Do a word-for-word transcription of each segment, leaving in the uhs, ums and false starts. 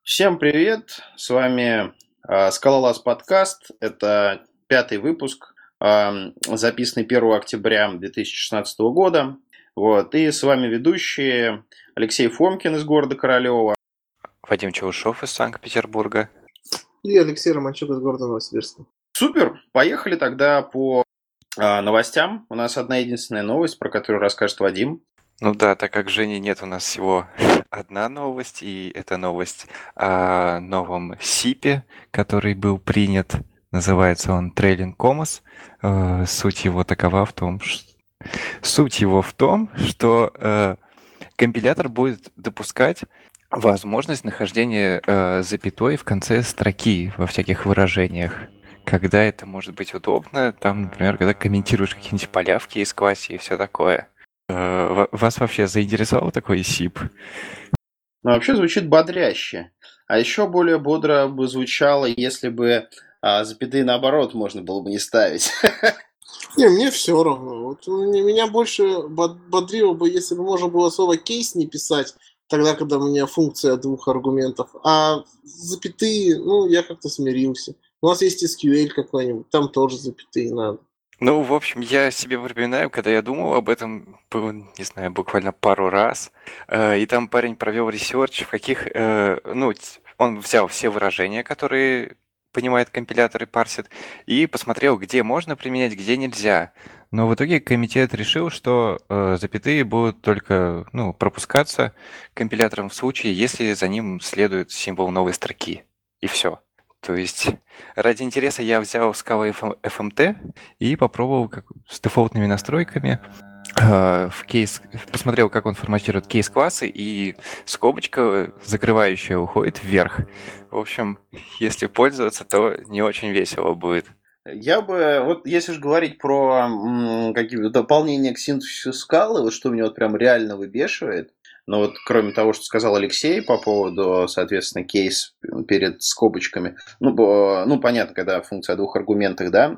Всем привет! С вами э, Скалолаз подкаст. Это пятый выпуск, э, записанный первого октября две тысячи шестнадцатого года. Вот. И с вами ведущие Алексей Фомкин из города Королева. Вадим Чаушов из Санкт-Петербурга. И Алексей Романчук из города Новосибирска. Супер! Поехали тогда по э, новостям. У нас одна единственная новость, про которую расскажет Вадим. Ну да, так как Жени нет, у нас всего одна новость, и это новость о новом сипе, который был принят. Называется он Trailing Commas. Э, суть его такова в том, что... Суть его в том, что э, компилятор будет допускать возможность нахождения э, запятой в конце строки во всяких выражениях. Когда это может быть удобно, там, например, когда комментируешь какие-нибудь поля в кейс-классе и все такое. Э, вас вообще заинтересовал такой сип? Ну, вообще звучит бодряще. А еще более бодро бы звучало, если бы а, запятые наоборот можно было бы не ставить. Не, мне все равно. Вот меня больше бодрило бы, если бы можно было слово кейс не писать, тогда, когда у меня функция двух аргументов. А запятые, ну, я как-то смирился. У нас есть эс кью эль какой-нибудь, там тоже запятые надо. Ну, в общем, я себе припоминаю, когда я думал об этом, не знаю, буквально пару раз, э, и там парень провел ресерч, в каких, э, ну, он взял все выражения, которые понимает компилятор и парсит, и посмотрел, где можно применять, где нельзя. Но в итоге комитет решил, что э, запятые будут только, ну, пропускаться компилятором в случае, если за ним следует символ новой строки, и все. То есть ради интереса я взял Scala эф эм ти и попробовал как, с дефолтными настройками э, в кейс, посмотрел, как он форматирует кейс-классы, и скобочка закрывающая уходит вверх. В общем, если пользоваться, то не очень весело будет. Я бы, вот если же говорить про м, какие-то дополнения к синтаксису скалы, вот что меня вот прям реально выбешивает, но вот кроме того, что сказал Алексей по поводу, соответственно, кейс перед скобочками, ну, ну понятно, когда функция о двух аргументах, да,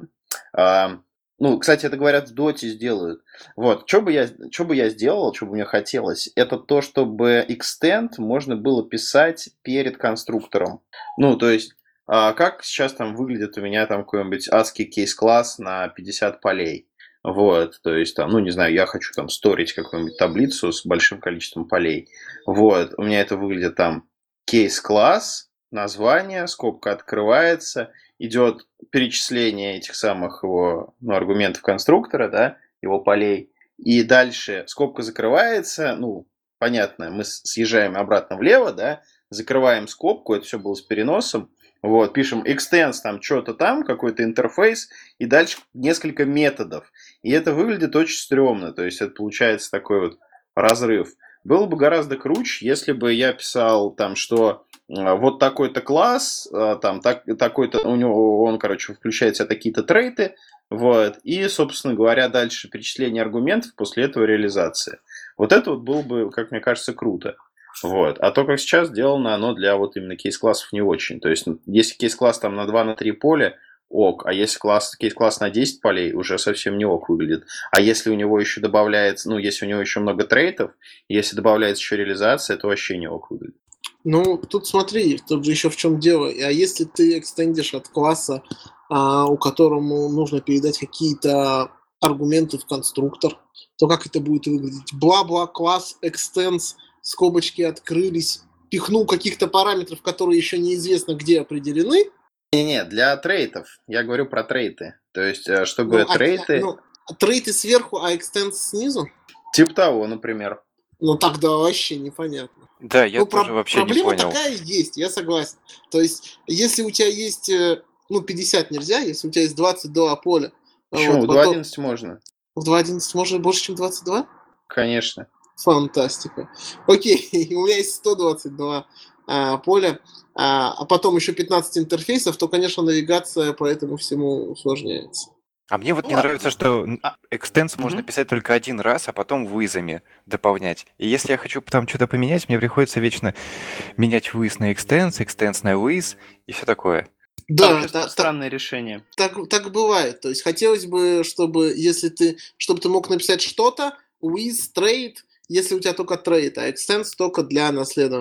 а, ну, кстати, это, говорят, в доте сделают. Вот, что бы я, что бы я сделал, что бы мне хотелось, это то, чтобы extend можно было писать перед конструктором. Ну, то есть, а как сейчас там выглядит у меня там какой-нибудь ASCII кейс-класс на пятьдесят полей. Вот, то есть там, ну не знаю, я хочу там сторить какую-нибудь таблицу с большим количеством полей. Вот, у меня это выглядит там кейс-класс, название, скобка открывается, идет перечисление этих самых его, ну, аргументов конструктора, да, его полей, и дальше скобка закрывается, ну, понятно, мы съезжаем обратно влево, да, закрываем скобку, это все было с переносом. Вот, пишем extends, там что-то там, какой-то интерфейс, и дальше несколько методов. И это выглядит очень стрёмно, то есть это получается такой вот разрыв. Было бы гораздо круче, если бы я писал там, что вот такой-то класс, там так, такой-то, у него, он, короче, включает в себя такие-то трейты, вот, и, собственно говоря, дальше перечисление аргументов, после этого реализация. Вот это вот было бы, как мне кажется, круто. Вот. А то, как сейчас сделано, оно для вот именно кейс-классов не очень. То есть, если кейс-класс там на два на три поля, ок. А если класс, кейс-класс на десять полей, уже совсем не ок выглядит. А если у него еще добавляется, ну, если у него еще много трейтов, если добавляется еще реализация, то вообще не ок выглядит. Ну, тут смотри, тут же еще в чем дело. А если ты экстендишь от класса, а, у которому нужно передать какие-то аргументы в конструктор, то как это будет выглядеть? Бла-бла, класс, extends, скобочки открылись, пихнул каких-то параметров, которые еще неизвестно где определены. Не-не, для трейтов. Я говорю про трейты. То есть, чтобы ну, трейты... А, ну, трейты сверху, а extends снизу? Типа того, например. Ну, тогда вообще непонятно. Да, я ну, тоже про- вообще не понял. Проблема такая есть, я согласен. То есть, если у тебя есть, ну, пятьдесят нельзя, если у тебя есть двадцать два поля. Почему? Вот, в два одиннадцать можно. В два одиннадцать можно больше, чем двадцать два? Конечно. Фантастика. Окей, у меня есть сто двадцать два а, поля, а, а потом еще пятнадцать интерфейсов, то, конечно, навигация по этому всему усложняется. А мне вот Ну, не ладно. нравится, что А- extends можно Мгм. писать только один раз, а потом вызами дополнять. И если я хочу там что-то поменять, мне приходится вечно менять выз на extends, extends на with и все такое. Да, Вообще да, странное решение. так, так бывает. То есть хотелось бы, чтобы если ты, чтобы ты мог написать что-то with trade, если у тебя только trade, а extends только для наследования.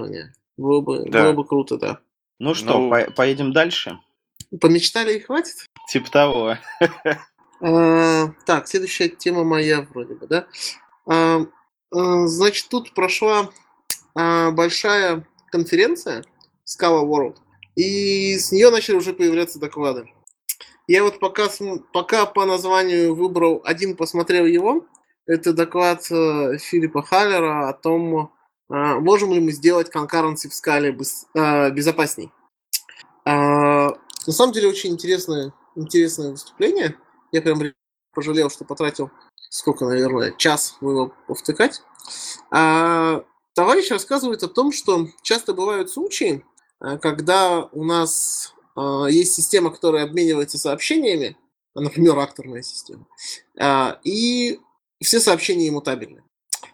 Было бы, Да. было бы круто, да. Ну что, Ну, по- поедем дальше? Помечтали и хватит? Типа того. А, так, следующая тема моя вроде бы, да? А, а, значит, тут прошла а, большая конференция Scala World, и с нее начали уже появляться доклады. Я вот пока, см- пока по названию выбрал один, посмотрел его. Это доклад э, Филиппа Халлера о том, а, можем ли мы сделать конкуренции в скале быс- а, безопасней. А, на самом деле очень интересное, интересное выступление. Я прям ре- пожалел, что потратил сколько, наверное, час в его повтыкать. А, товарищ рассказывает о том, что часто бывают случаи, а, когда у нас а, есть система, которая обменивается сообщениями, а, например, акторная система, а, и все сообщения иммутабельны.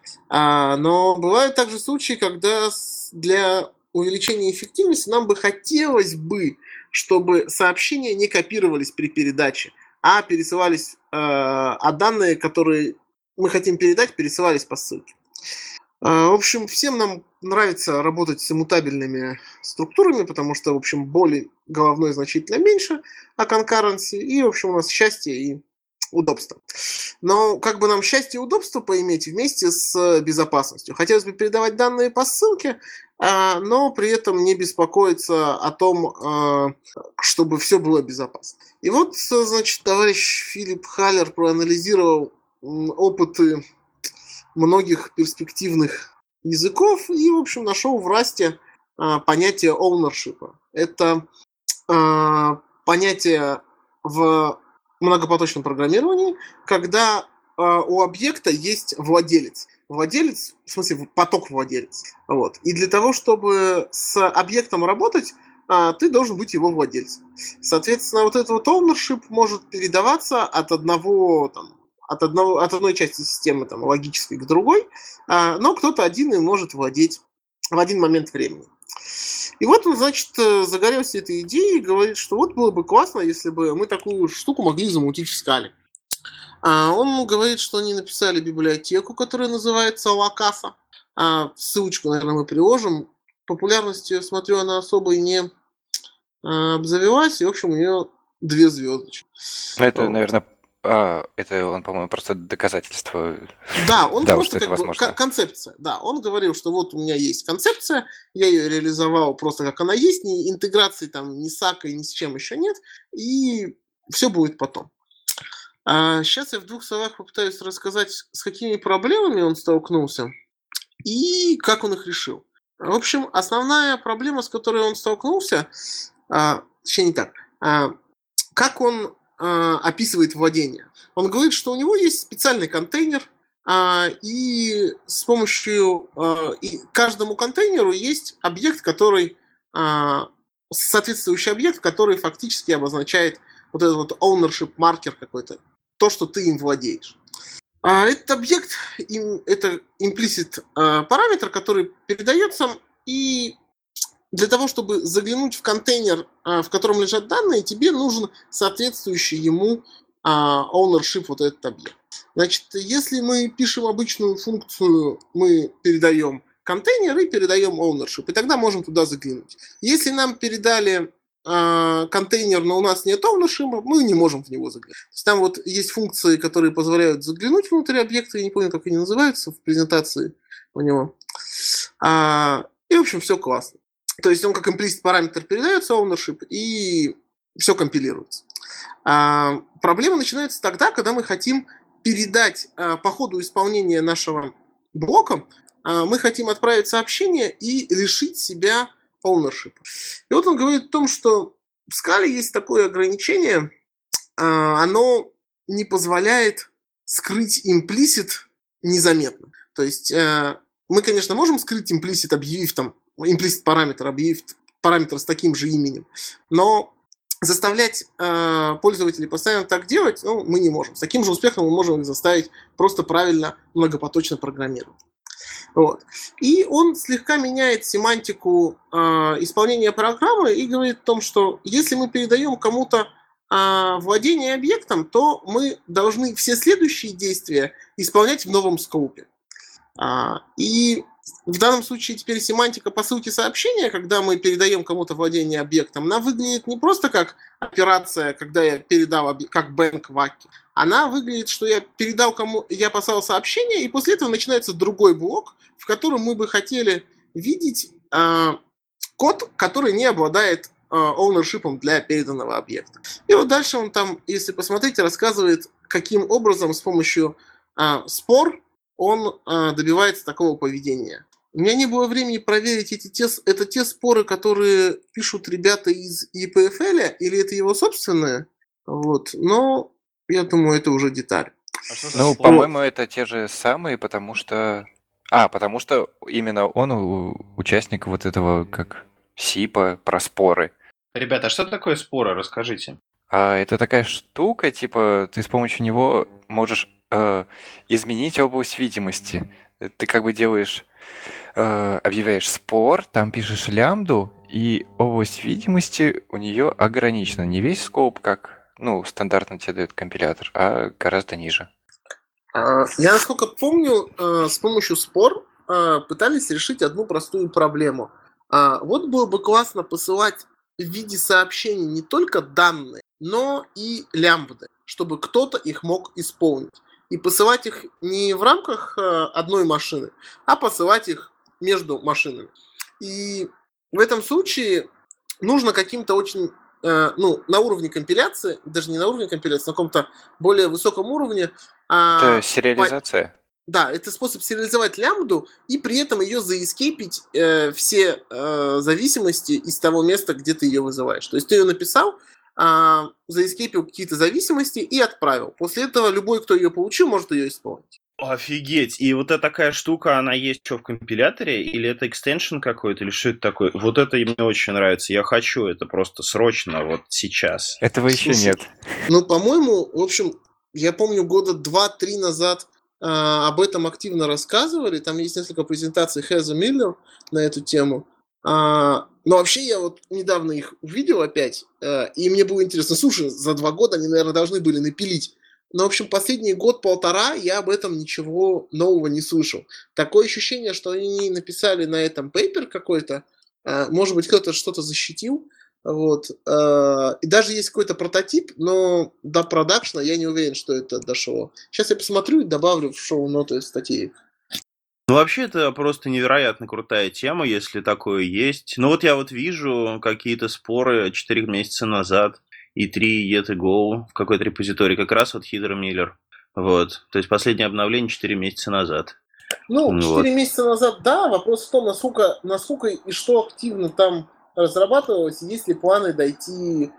А, но бывают также случаи, когда с- для увеличения эффективности нам бы хотелось бы, чтобы сообщения не копировались при передаче, а пересылались, э, а данные, которые мы хотим передать, пересылались по ссылке. А, В общем, всем нам нравится работать с иммутабельными структурами, потому что, в общем, боли головной значительно меньше, а конкуренции, и, в общем, у нас счастье и удобство. Но как бы нам счастье и удобство поиметь вместе с безопасностью. Хотелось бы передавать данные по ссылке, а, но при этом не беспокоиться о том, а, чтобы все было безопасно. И вот, значит, товарищ Филипп Халлер проанализировал м, опыты многих перспективных языков и, в общем, нашел в Расте а, понятие ownership. Это а, понятие в многопоточном программировании, когда а, у объекта есть владелец. Владелец, в смысле, поток владелец. Вот. И для того, чтобы с объектом работать, а, ты должен быть его владельцем. Соответственно, вот этот вот ownership может передаваться от одного там, от, одного, от одной части системы там, логической к другой, а, но кто-то один им может владеть в один момент времени. И вот он, значит, загорелся этой идеей и говорит, что вот было бы классно, если бы мы такую штуку могли замутить в скале. А он говорит, что они написали библиотеку, которая называется Лакаса. А ссылочку, наверное, мы приложим. Популярностью, смотрю, она особо не а, обзавелась, и, в общем, у нее две звездочки. ну, это, Вот. наверное, а, это он, по-моему, просто доказательство Да, он того, просто что это как бы возможно. ко- концепция. Да, он говорил, что вот у меня есть концепция, я ее реализовал просто как она есть, ни интеграции там ни с эй эй ай, ни с чем еще нет, и все будет потом. А сейчас я в двух словах попытаюсь рассказать, с какими проблемами он столкнулся и как он их решил. В общем, основная проблема, с которой он столкнулся, а, точнее не так, а, как он а, описывает владение. Он говорит, что у него есть специальный контейнер, а, и с помощью а, и каждому контейнеру есть объект, который а, соответствующий объект, который фактически обозначает вот этот вот ownership маркер какой-то, то, что ты им владеешь. А этот объект им, это implicit а, параметр, который передается, и для того, чтобы заглянуть в контейнер, а, в котором лежат данные, тебе нужен соответствующий ему а, ownership вот этот объект. Значит, если мы пишем обычную функцию, мы передаем контейнер и передаем ownership, и тогда можем туда заглянуть. Если нам передали а, контейнер, но у нас нет ownership, мы не можем в него заглянуть. То есть там вот есть функции, которые позволяют заглянуть внутрь объекта, я не помню, как они называются в презентации у него. А, и, в общем, все классно. То есть он как implicit параметр передается ownership, и все компилируется. А, проблема начинается тогда, когда мы хотим передать а, по ходу исполнения нашего блока, а, мы хотим отправить сообщение и лишить себя ownership. И вот он говорит о том, что в скале есть такое ограничение, а, оно не позволяет скрыть implicit незаметно. То есть а, мы, конечно, можем скрыть implicit, объявив там implicit параметр, объявив параметр с таким же именем, но заставлять э, пользователей постоянно так делать, ну, мы не можем. С таким же успехом мы можем их заставить просто правильно многопоточно программировать. Вот. И он слегка меняет семантику э, исполнения программы и говорит о том, что если мы передаем кому-то э, владение объектом, то мы должны все следующие действия исполнять в новом скопе. А, и в данном случае теперь семантика по сути сообщения, когда мы передаем кому-то владение объектом, она выглядит не просто как операция, когда я передал объект, как бэнк в Аки. Она выглядит, что я передал кому, я послал сообщение, и после этого начинается другой блок, в котором мы бы хотели видеть э, код, который не обладает э, ownership для переданного объекта. И вот дальше он там, если посмотреть, рассказывает, каким образом с помощью э, спор он э, добивается такого поведения. У меня не было времени проверить, эти те, это те споры, которые пишут ребята из и пи эф эл, или это его собственные. Вот. Но я думаю, это уже деталь. А что за ну, спор? По-моему, это те же самые, потому что... А, потому что именно он у... участник вот этого, как СИПа, про споры. Ребята, а что такое споры? Расскажите. А, это такая штука, типа, ты с помощью него можешь э, изменить область видимости. Ты как бы делаешь... объявляешь спор, там пишешь лямбду, и область видимости у нее ограничена. Не весь скоп, как ну, стандартно тебе дает компилятор, а гораздо ниже. Я, насколько помню, с помощью спор пытались решить одну простую проблему. Вот было бы классно посылать в виде сообщений не только данные, но и лямбды, чтобы кто-то их мог исполнить. И посылать их не в рамках одной машины, а посылать их между машинами. И в этом случае нужно каким-то очень, э, ну, на уровне компиляции, даже не на уровне компиляции, на каком-то более высоком уровне. Это э, сериализация. По... Да, это способ сериализовать лямбду и при этом ее заэскейпить э, все э, зависимости из того места, где ты ее вызываешь. То есть ты ее написал, э, заэскейпил какие-то зависимости и отправил. После этого любой, кто ее получил, может ее исполнить. Офигеть. И вот эта такая штука, она есть что в компиляторе? Или это экстеншн какой-то? Или что это такое? Вот это мне очень нравится. Я хочу это просто срочно, вот сейчас. Этого еще Слушай, нет. Ну, по-моему, в общем, я помню, года два-три назад э, об этом активно рассказывали. Там есть несколько презентаций Хеза Миллер на эту тему. А, но вообще я вот недавно их увидел опять, э, и мне было интересно, слушай, за два года они, наверное, должны были напилить. Но, в общем, последний год-полтора я об этом ничего нового не слышал. Такое ощущение, что они написали на этом пейпер какой-то. Может быть, кто-то что-то защитил. Вот. И даже есть какой-то прототип, но до продакшна я не уверен, что это дошло. Сейчас я посмотрю и добавлю в шоу-ноты статьи. Ну, вообще, это просто невероятно крутая тема, если такое есть. Ну, вот я вот вижу какие-то споры четыре месяца назад. и три yet ago в какой-то репозитории, как раз вот Хидер Миллер. Вот. То есть последнее обновление четыре месяца назад. Ну, четыре вот. месяца назад, да. Вопрос в том, насколько, насколько и что активно там разрабатывалось, есть ли планы дойти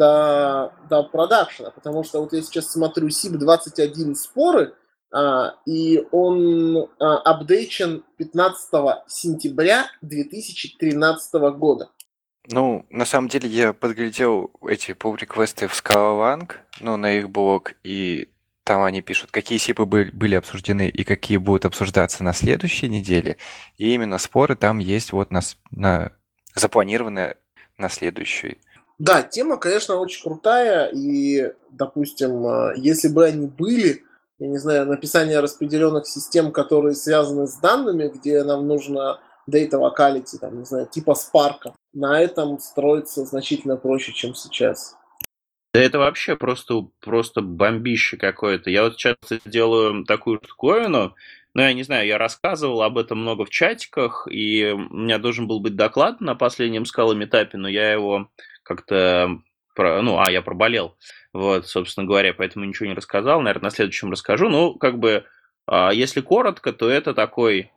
до, до продакшена. Потому что вот я сейчас смотрю сип двадцать один споры, а, и он а, апдейчен пятнадцатого сентября две тысячи тринадцатого года. Ну, на самом деле я подглядел эти pull-реквесты в Scala-Lang, ну, на их блог, и там они пишут, какие сипы были обсуждены и какие будут обсуждаться на следующей неделе. И именно споры там есть вот на, на запланированные на следующую. Да, тема, конечно, очень крутая, и, допустим, если бы они были, я не знаю, написание распределенных систем, которые связаны с данными, где нам нужно data locality, там, не знаю, типа Spark, на этом строится значительно проще, чем сейчас. Да это вообще просто, просто бомбище какое-то. Я вот часто делаю такую штуковину, ну, я не знаю, я рассказывал об этом много в чатиках, и у меня должен был быть доклад на последнем Scala-метапе, но я его как-то, ну, а, я проболел, вот, собственно говоря, поэтому ничего не рассказал, наверное, на следующем расскажу. Ну, как бы, если коротко, то это такой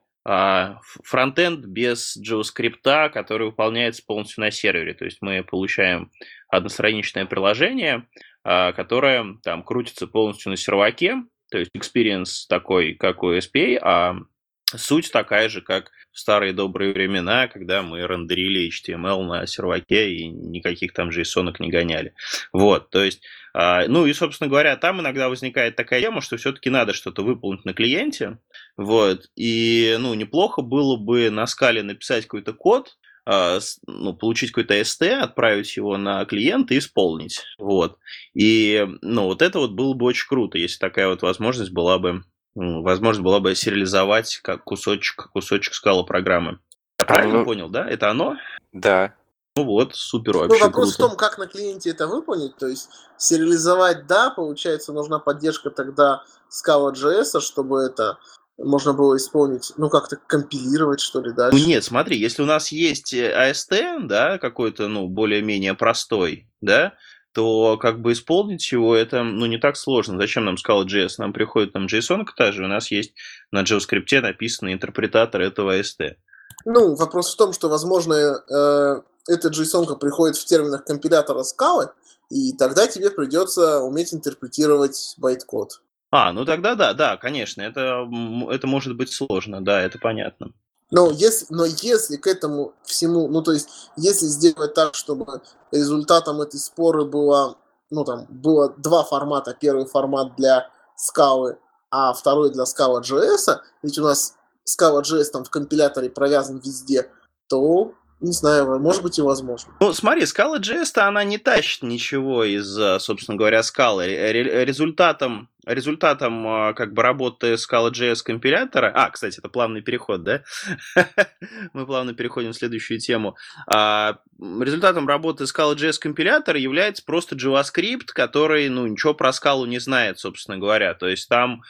фронтенд без JavaScript, который выполняется полностью на сервере. То есть мы получаем одностраничное приложение, которое там крутится полностью на серваке, то есть experience такой, как у эс пи эй, а суть такая же, как в старые добрые времена, когда мы рендерили эйч ти эм эл на серваке и никаких там джейсонок не гоняли. Вот, то есть, ну и, собственно говоря, там иногда возникает такая тема, что все-таки надо что-то выполнить на клиенте, вот, и, ну, неплохо было бы на скале написать какой-то код, ну, получить какой-то эс ти, отправить его на клиент и исполнить, вот, и, ну, вот это вот было бы очень круто, если такая вот возможность была бы возможно было бы сериализовать как кусочек, кусочек скала программы. Я правильно Ну, понял, да? Это оно? да. Ну вот, супер, Ну, вообще вопрос в круто. том, как на клиенте это выполнить. То есть сериализовать, да, получается, нужна поддержка тогда Scala.js, чтобы это можно было исполнить, ну, как-то компилировать, что ли, Ну дальше. нет, смотри, если у нас есть э, эй эс ти, да, какой-то, ну, более-менее простой, да, то как бы исполнить его это, ну, не так сложно. Зачем нам Scala.js? Нам приходит там JSON та же, у нас есть на JavaScript написанный интерпретатор этого эй эс ти. Ну, вопрос в том, что, возможно, э, эта JSON приходит в терминах компилятора Scala, и тогда тебе придется уметь интерпретировать байткод. А, ну тогда да, да, конечно, это, м, это может быть сложно, да, это понятно. Но если, но если к этому всему, ну то есть, если сделать так, чтобы результатом этой споры было, ну там, было два формата. Первый формат для Scala, а второй для Scala.js, ведь у нас Scala.js там в компиляторе провязан везде, то, не знаю, может быть и возможно. Ну, смотри, Scala.js-то она не тащит ничего из, собственно говоря, Scala. Ре- Результатом, результатом а, как бы работы Scala.js компилятора... А, кстати, это плавный переход, да? Мы плавно переходим в следующую тему. А, м, Результатом работы Scala.js компилятора является просто JavaScript, который, ну, ничего про Scala не знает, собственно говоря. То есть там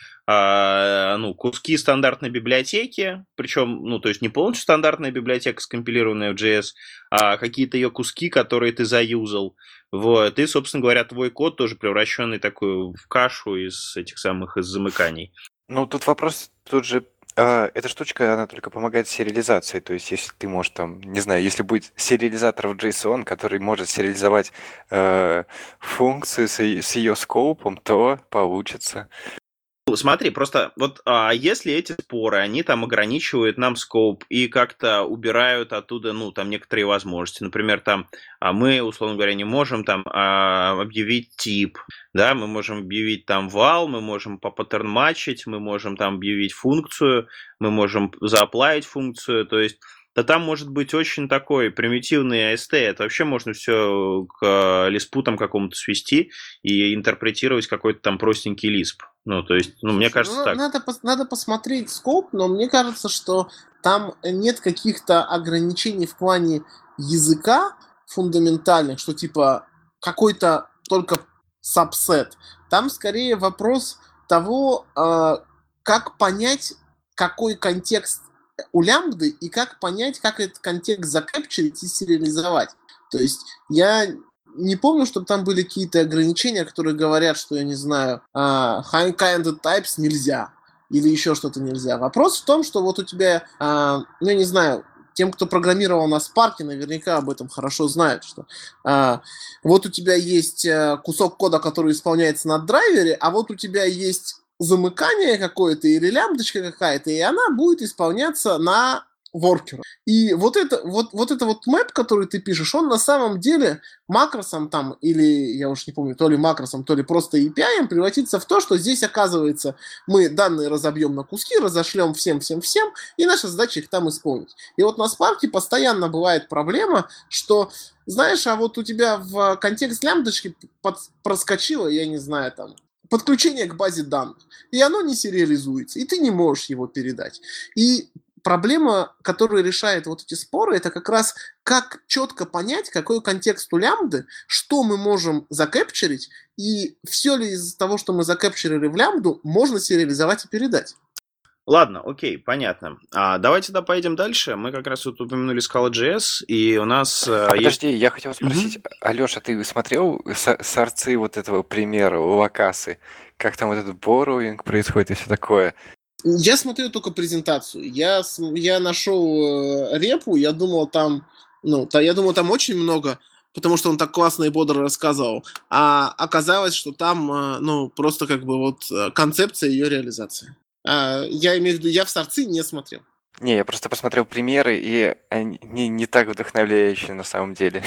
а, ну, куски стандартной библиотеки, причем, ну, то есть не полностью стандартная библиотека, скомпилированная в джей эс, а какие-то ее куски, которые ты заюзал. Вот. И, собственно говоря, твой код тоже превращенный такую в кашу из этих самых из замыканий. Ну, тут вопрос, тут же а, эта штучка, она только помогает с сериализацией. То есть, если ты можешь там, не знаю, если будет сериализатор в JSON, который может сериализовать э, функции с, е- с ее скопом, то получится. Ну, смотри, просто вот а, если эти споры, они там ограничивают нам скоп и как-то убирают оттуда, ну, там некоторые возможности. Например, там а, мы, условно говоря, не можем там а, объявить тип, да, мы можем объявить там val, мы можем по паттерн матчить, мы можем там объявить функцию, мы можем зааплавить функцию, то есть да там может быть очень такой примитивный эй эс ти, это вообще можно все к лиспу там какому-то свести и интерпретировать какой-то там простенький лисп. Ну, то есть, ну, мне Слушай, кажется ну, так. надо, пос- надо посмотреть скоп, но мне кажется, что там нет каких-то ограничений в плане языка фундаментальных, что типа какой-то только сабсет. Там скорее вопрос того, э, как понять, какой контекст у лямбды, и как понять, как этот контекст закэпчерить и сериализовать. То есть я не помню, чтобы там были какие-то ограничения, которые говорят, что, я не знаю, а, high-kinded types нельзя. Или еще что-то нельзя. Вопрос в том, что вот у тебя, а, ну, я не знаю, тем, кто программировал на Spark, наверняка об этом хорошо знают, что а, вот у тебя есть а, кусок кода, который исполняется на драйвере, а вот у тебя есть замыкание какое-то или лямбдочка какая-то, и она будет исполняться на воркеру. И вот это вот, вот это вот мэп, который ты пишешь, он на самом деле макросом там, или я уж не помню, то ли макросом, то ли просто эй пи ай превратится в то, что здесь, оказывается, мы данные разобьем на куски, разошлем всем-всем-всем, и наша задача их там исполнить. И вот на Spark постоянно бывает проблема, что, знаешь, а вот у тебя в контекст лямбдочки под, проскочило, я не знаю, там, подключение к базе данных, и оно не сериализуется, и ты не можешь его передать. И проблема, которая решает вот эти споры, это как раз как четко понять, какой контекст у лямбды, что мы можем закэпчерить, и все ли из того, что мы закэпчерили в лямбду, можно сериализовать и передать. Ладно, окей, понятно. А, давайте тогда поедем дальше. Мы как раз вот упомянули Scala.js, и у нас А а, есть... подожди, я хотел спросить, Алёша, ты смотрел со- сорцы вот этого примера у Лакасы? Как там вот этот borrowing происходит и все такое? Я смотрел только презентацию. Я, я нашел э, репу, я думал там, ну, та, я думал там очень много, потому что он так классно и бодро рассказывал. А оказалось, что там, э, ну, просто как бы вот э, концепция ее реализации. А, я имею в виду, я в сорцы не смотрел. Не, я просто посмотрел примеры, и они не, не так вдохновляющие на самом деле.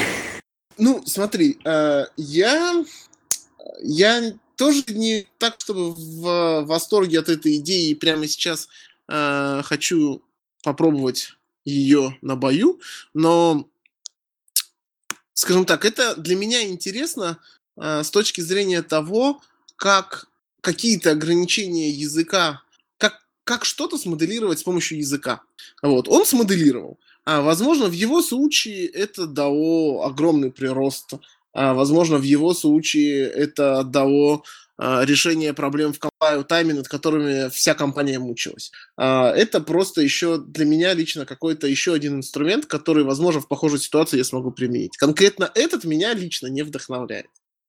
Ну, смотри, э, я, я тоже не так, чтобы в восторге от этой идеи, и прямо сейчас э, хочу попробовать ее на бою, но, скажем так, это для меня интересно э, с точки зрения того, как какие-то ограничения языка как что-то смоделировать с помощью языка. Вот. Он смоделировал. А, возможно, в его случае это дало огромный прирост. А, возможно, в его случае это дало а, решение проблем в compile тайме, над которыми вся компания мучилась. А, это просто еще для меня лично какой-то еще один инструмент, который, возможно, в похожей ситуации я смогу применить. Конкретно этот меня лично не вдохновляет.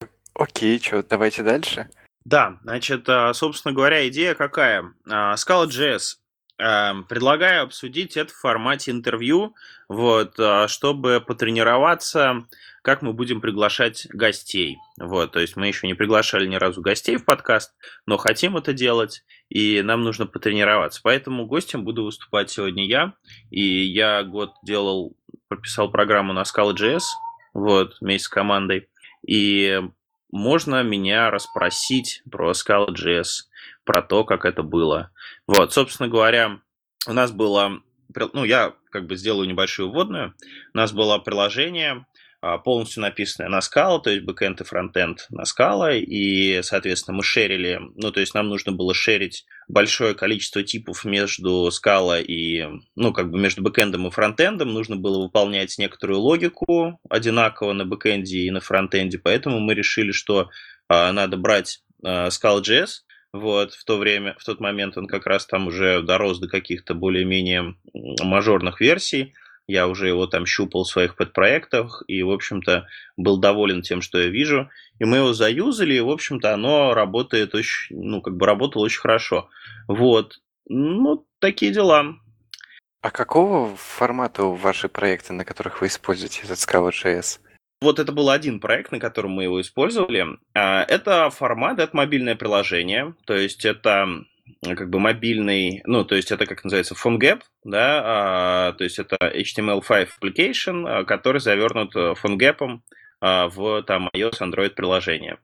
Окей, что, давайте дальше. Да, значит, собственно говоря, идея какая? Scala.js. Предлагаю обсудить это в формате интервью, вот, чтобы потренироваться, как мы будем приглашать гостей. Вот, то есть мы еще не приглашали ни разу гостей в подкаст, но хотим это делать, и нам нужно потренироваться. Поэтому гостем буду выступать сегодня я. И я год делал, прописал программу на Scala.js, вот, вместе с командой. И можно меня расспросить про Scala.js, про то, как это было. Вот, собственно говоря, у нас было, ну, я как бы сделаю небольшую вводную. У нас было приложение, полностью написанное на Scala, то есть бэкэнд и фронтенд на Scala, и, соответственно, мы шерили, ну, то есть нам нужно было шерить большое количество типов между Scala и, ну, как бы между бэкэндом и фронтендом, нужно было выполнять некоторую логику одинаково на бэкэнде и на фронтенде, поэтому мы решили, что а, надо брать а, Scala.js, вот, в то время, в тот момент он как раз там уже дорос до каких-то более-менее мажорных версий. Я уже его там щупал в своих подпроектах и, в общем-то, был доволен тем, что я вижу. И мы его заюзали, и, в общем-то, оно работает очень, ну, как бы работало очень хорошо. Вот. Ну, такие дела. А какого формата ваши проекты, на которых вы используете этот Scala.js? Вот это был один проект, на котором мы его использовали. Это формат, это мобильное приложение, то есть это как бы мобильный, ну, то есть это, как называется, PhoneGap, да, а, то есть это эйч ти эм эл пять application, который завернут PhoneGap а, в там iOS, Android приложение.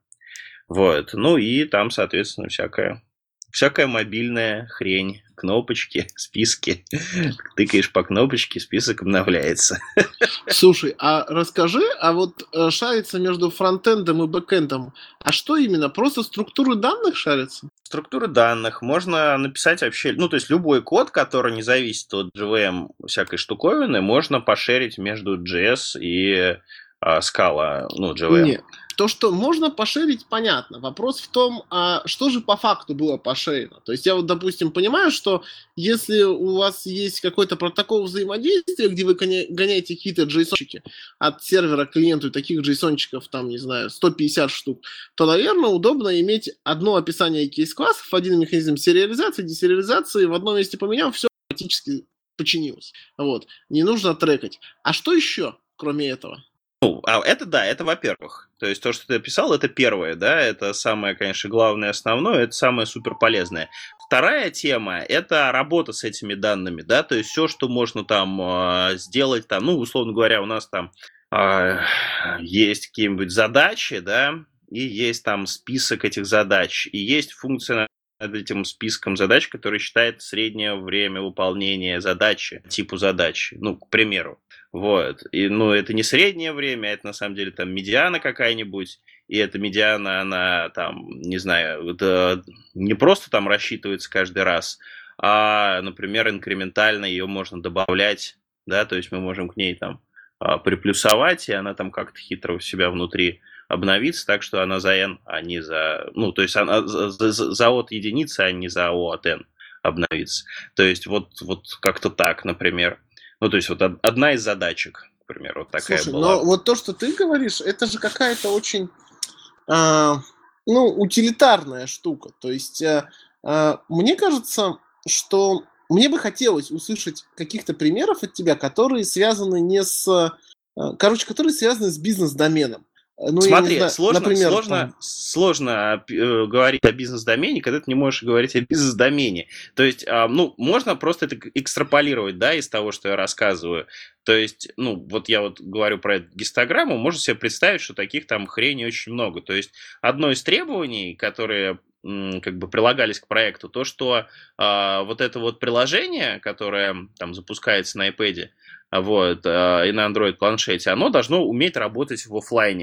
Вот, ну и там, соответственно, всякая, всякая мобильная хрень, кнопочки, списки. Тыкаешь по кнопочке, список обновляется. Слушай, а расскажи, а вот э, шарится между фронтендом и бэкэндом, а что именно? Просто структуры данных шарятся? Структуры данных можно написать вообще, ну, то есть любой код, который не зависит от джей ви эм всякой штуковины, можно пошерить между джей эс и а, Scala, ну, джей ви эм. Нет. То, что можно пошерить, понятно. Вопрос в том, а что же по факту было пошерено. То есть я вот, допустим, понимаю, что если у вас есть какой-то протокол взаимодействия, где вы гоняете какие-то джейсончики от сервера к клиенту, и таких джейсончиков, там, не знаю, сто пятьдесят штук, то, наверное, удобно иметь одно описание кейс-классов, один механизм сериализации, десериализации, в одном месте поменял, все автоматически починилось. Вот. Не нужно трекать. А что еще, кроме этого? Ну, а это да, это во-первых. То есть то, что ты описал, это первое, да, это самое, конечно, главное, основное, это самое суперполезное. Вторая тема – это работа с этими данными, да, то есть все, что можно там э, сделать, там, ну, условно говоря, у нас там э, есть какие-нибудь задачи, да, и есть там список этих задач, и есть функция над этим списком задач, который считает среднее время выполнения задачи, типу задачи, ну, к примеру. Вот. И, ну, это не среднее время, это на самом деле там медиана какая-нибудь, и эта медиана, она там, не знаю, это не просто там рассчитывается каждый раз, а, например, инкрементально ее можно добавлять, да, то есть мы можем к ней там приплюсовать, и она там как-то хитро у себя внутри обновиться, так что она за n, а не за... Ну, то есть она за, за, за от единицы, а не за o от n обновится. То есть вот, вот как-то так, например. Ну, то есть вот одна из задачек, к примеру, вот такая Слушай, была. Но вот то, что ты говоришь, это же какая-то очень, э, ну, утилитарная штука. То есть э, э, мне кажется, что мне бы хотелось услышать каких-то примеров от тебя, которые связаны не с... Э, короче, которые связаны с бизнес-доменом. Ну, Смотри, знаю, сложно, например, сложно, там... сложно э, говорить о бизнес-домене, когда ты не можешь говорить о бизнес-домене. То есть, э, ну, можно просто это экстраполировать, да, из того, что я рассказываю. То есть, ну, вот я вот говорю про эту гистограмму, можно себе представить, что таких там хреней очень много. То есть, одно из требований, которые м, как бы прилагались к проекту, то, что э, вот это вот приложение, которое там запускается на iPad, вот, э, и на Android планшете, оно должно уметь работать в офлайне.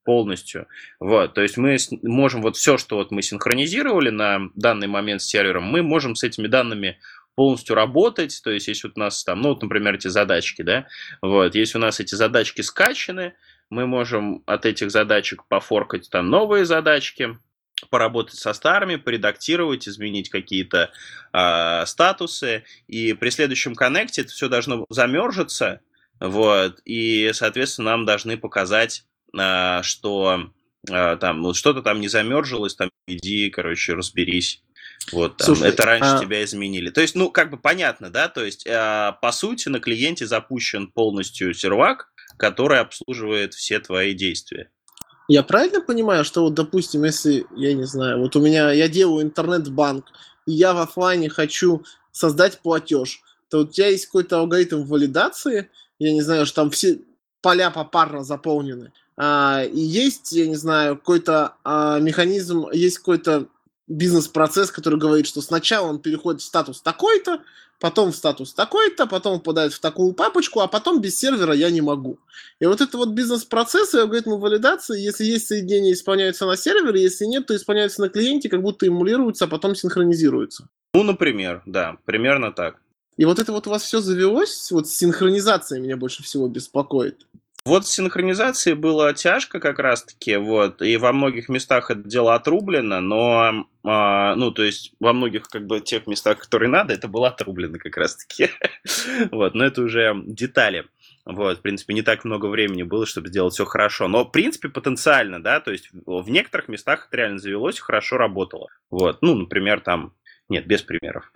полностью. Вот, то есть мы можем вот все, что вот мы синхронизировали на данный момент с сервером, мы можем с этими данными полностью работать, то есть если у нас там, ну вот, например, эти задачки, да, вот, если у нас эти задачки скачаны, мы можем от этих задачек пофоркать там новые задачки, поработать со старыми, поредактировать, изменить какие-то э, статусы, и при следующем коннекте это все должно замержиться, вот, и, соответственно, нам должны показать, э, что э, там, вот что-то там не замержилось, там, иди, короче, разберись. Вот, там, Слушай, это раньше а... тебя изменили. То есть, ну, как бы понятно, да, то есть, э, по сути, на клиенте запущен полностью сервак, который обслуживает все твои действия. Я правильно понимаю, что вот, допустим, если, я не знаю, вот у меня, я делаю интернет-банк, и я в офлайне хочу создать платеж, то у тебя есть какой-то алгоритм валидации, я не знаю, что там все поля попарно заполнены, а, и есть, я не знаю, какой-то а, механизм, есть какой-то бизнес-процесс, который говорит, что сначала он переходит в статус такой-то, потом в статус такой-то, потом попадает в такую папочку, а потом без сервера я не могу. И вот это вот бизнес-процесс и алгоритмы валидации, если есть соединение, исполняются на сервере, если нет, то исполняются на клиенте, как будто эмулируются, а потом синхронизируются. Ну, например, да, примерно так. И вот это вот у вас все завелось, вот синхронизация меня больше всего беспокоит. Вот с синхронизацией было тяжко как раз-таки, вот, и во многих местах это дело отрублено, но, а, ну, то есть во многих, как бы, тех местах, которые надо, это было отрублено как раз-таки, вот, но это уже детали, вот, в принципе, не так много времени было, чтобы сделать все хорошо, но, в принципе, потенциально, да, то есть в некоторых местах это реально завелось и хорошо работало, вот, ну, например, там, нет, без примеров.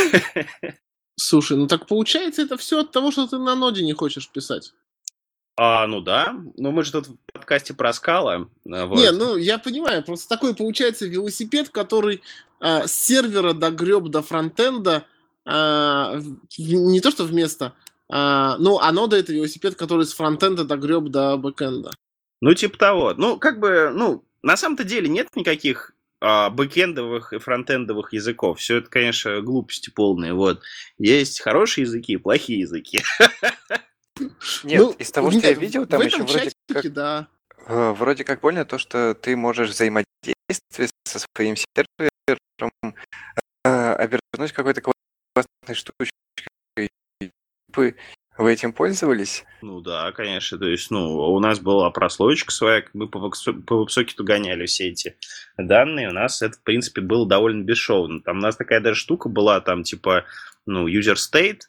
Слушай, ну так получается это все от того, что ты на ноде не хочешь писать. А, ну да, но мы же тут в подкасте про Scala. Вот. Не, ну я понимаю, просто такой получается велосипед, который а, с сервера догреб до фронтенда, а, не то что вместо, а, ну а нода это велосипед, который с фронтенда догреб до бэкенда. Ну типа того. Ну как бы, ну на самом-то деле нет никаких а, бэкендовых и фронтендовых языков. Все это, конечно, глупости полные. Вот. Есть хорошие языки и плохие языки. Нет, ну, из того, нет, что я видел, там еще вроде чатике, как, да. э, вроде как больно то, что ты можешь взаимодействовать со своим сервером, э, обернуть какой-то классной штучкой. Вы, вы этим пользовались? Ну да, конечно. То есть, ну, у нас была прослоечка своя, мы по веб-сокету гоняли все эти данные. У нас это, в принципе, было довольно бесшовно. Там у нас такая даже штука была, там, типа, ну, user state,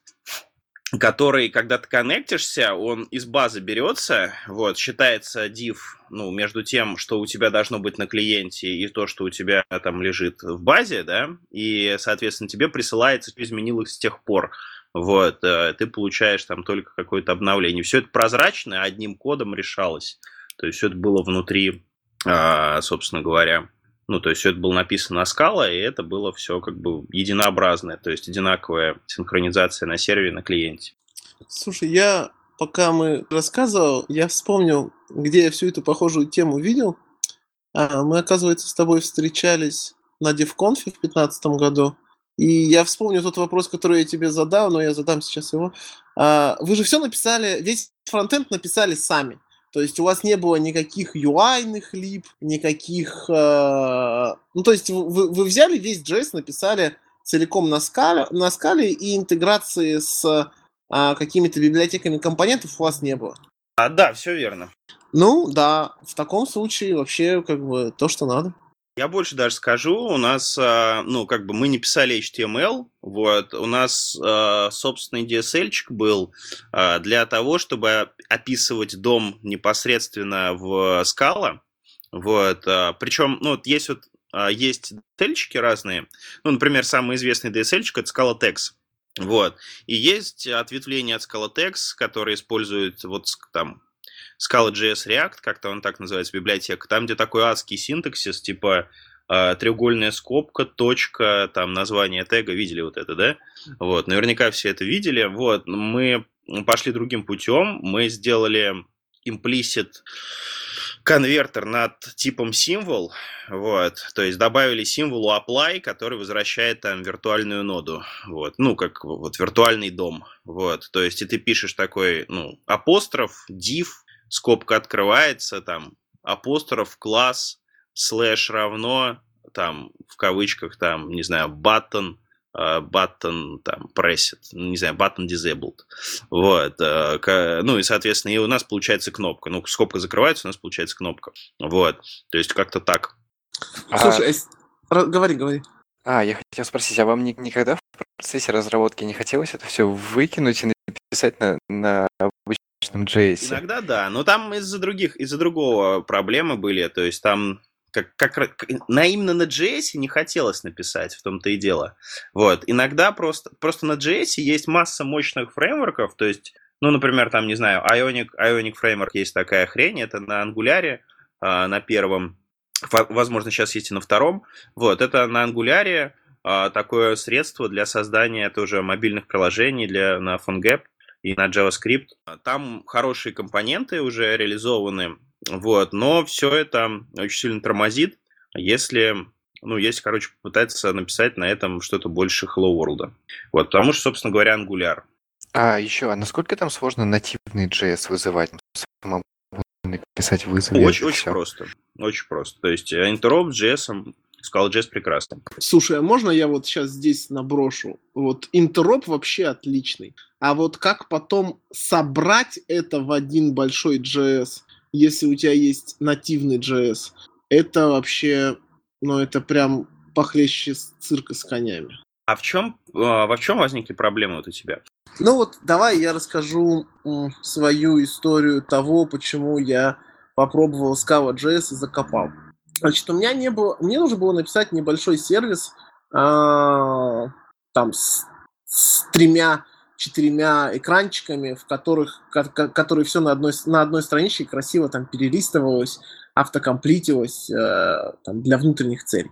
который, когда ты коннектишься, он из базы берется, вот, считается div, ну, между тем, что у тебя должно быть на клиенте и то, что у тебя там лежит в базе, да, и, соответственно, тебе присылается, что изменилось с тех пор, вот, ты получаешь там только какое-то обновление. Все это прозрачно, одним кодом решалось, то есть все это было внутри, собственно говоря, ну, то есть все это было написано на Scala, и это было все как бы единообразное, то есть одинаковая синхронизация на сервере, на клиенте. Слушай, я, пока мы рассказывал, я вспомнил, где я всю эту похожую тему видел. А, мы, оказывается, с тобой встречались на DevConf в две тысячи пятнадцатом году, и я вспомнил тот вопрос, который я тебе задал, но я задам сейчас его. А, вы же все написали, весь фронтенд написали сами. То есть у вас не было никаких ю ай-ных лип, никаких... Э, ну, то есть вы, вы взяли весь джей эс, написали целиком на скале, на скале и интеграции с э, какими-то библиотеками компонентов у вас не было. А, да, все верно. Ну, да, в таком случае вообще как бы то, что надо. Я больше даже скажу, у нас, ну, как бы мы не писали эйч ти эм эл, вот, у нас э, собственный ди эс эл-чик был э, для того, чтобы описывать дом непосредственно в Scala, вот, э, причем, ну, вот есть вот, э, есть ди эс эл-чики разные, ну, например, самый известный ди эс эл-чик — это ScalaTex, вот, и есть ответвление от ScalaTex, которое использует вот там Scala.js React, как-то он так называется, библиотека, там, где такой адский синтаксис, типа э, треугольная скобка, точка, там название тега, видели вот это, да? Вот, наверняка все это видели. Вот, мы пошли другим путем, мы сделали implicit конвертер над типом символ, вот, то есть добавили символу apply, который возвращает там виртуальную ноду, вот, ну, как вот виртуальный дом, вот, то есть и ты пишешь такой, ну, апостроф, div, скобка открывается, там, апостроф, класс, слэш равно, там, в кавычках, там, не знаю, button, button, там, pressed, не знаю, button disabled. Вот. Ну, и, соответственно, и у нас получается кнопка. Ну, скобка закрывается, у нас получается кнопка. Вот. То есть, как-то так. Слушай, а... говори, говори. А, я хотел спросить, а вам никогда в процессе разработки не хотелось это все выкинуть и написать на, на обычном джей эс? Иногда да, но там из-за других, из-за другого проблемы были, то есть там как, как, как на, именно на джей эс не хотелось написать, в том-то и дело. Вот, иногда просто, просто на джей эс есть масса мощных фреймворков, то есть, ну, например, там, не знаю, Ionic, Ionic Framework есть такая хрень, это на Angular, на первом, возможно, сейчас есть и на втором. Вот, это на Angular такое средство для создания тоже мобильных приложений для, на PhoneGap и на JavaScript. Там хорошие компоненты уже реализованы, вот, но все это очень сильно тормозит, если, ну, если, короче, попытаться написать на этом что-то больше Hello World. Вот, потому что, собственно говоря, Angular. А еще, а насколько там сложно нативный джей эс вызывать? Самому написать вызов? Очень, очень просто. Очень просто. То есть интероп с джей эс, Scala.js прекрасно. Слушай, а можно я вот сейчас здесь наброшу? Вот интероп вообще отличный. А вот как потом собрать это в один большой джей эс, если у тебя есть нативный джей эс, это вообще, ну это прям похлеще цирка с конями. А в чем, во чем возникли проблемы вот у тебя? Ну вот, давай я расскажу м, свою историю того, почему я попробовал Scala.js и закопал. Значит, у меня не было... Мне нужно было написать небольшой сервис а, там с, с тремя-четырьмя экранчиками, в которых, ко- ко- которые все на одной, на одной страничке красиво там перелистывалось, автокомплитилось э, там, для внутренних целей.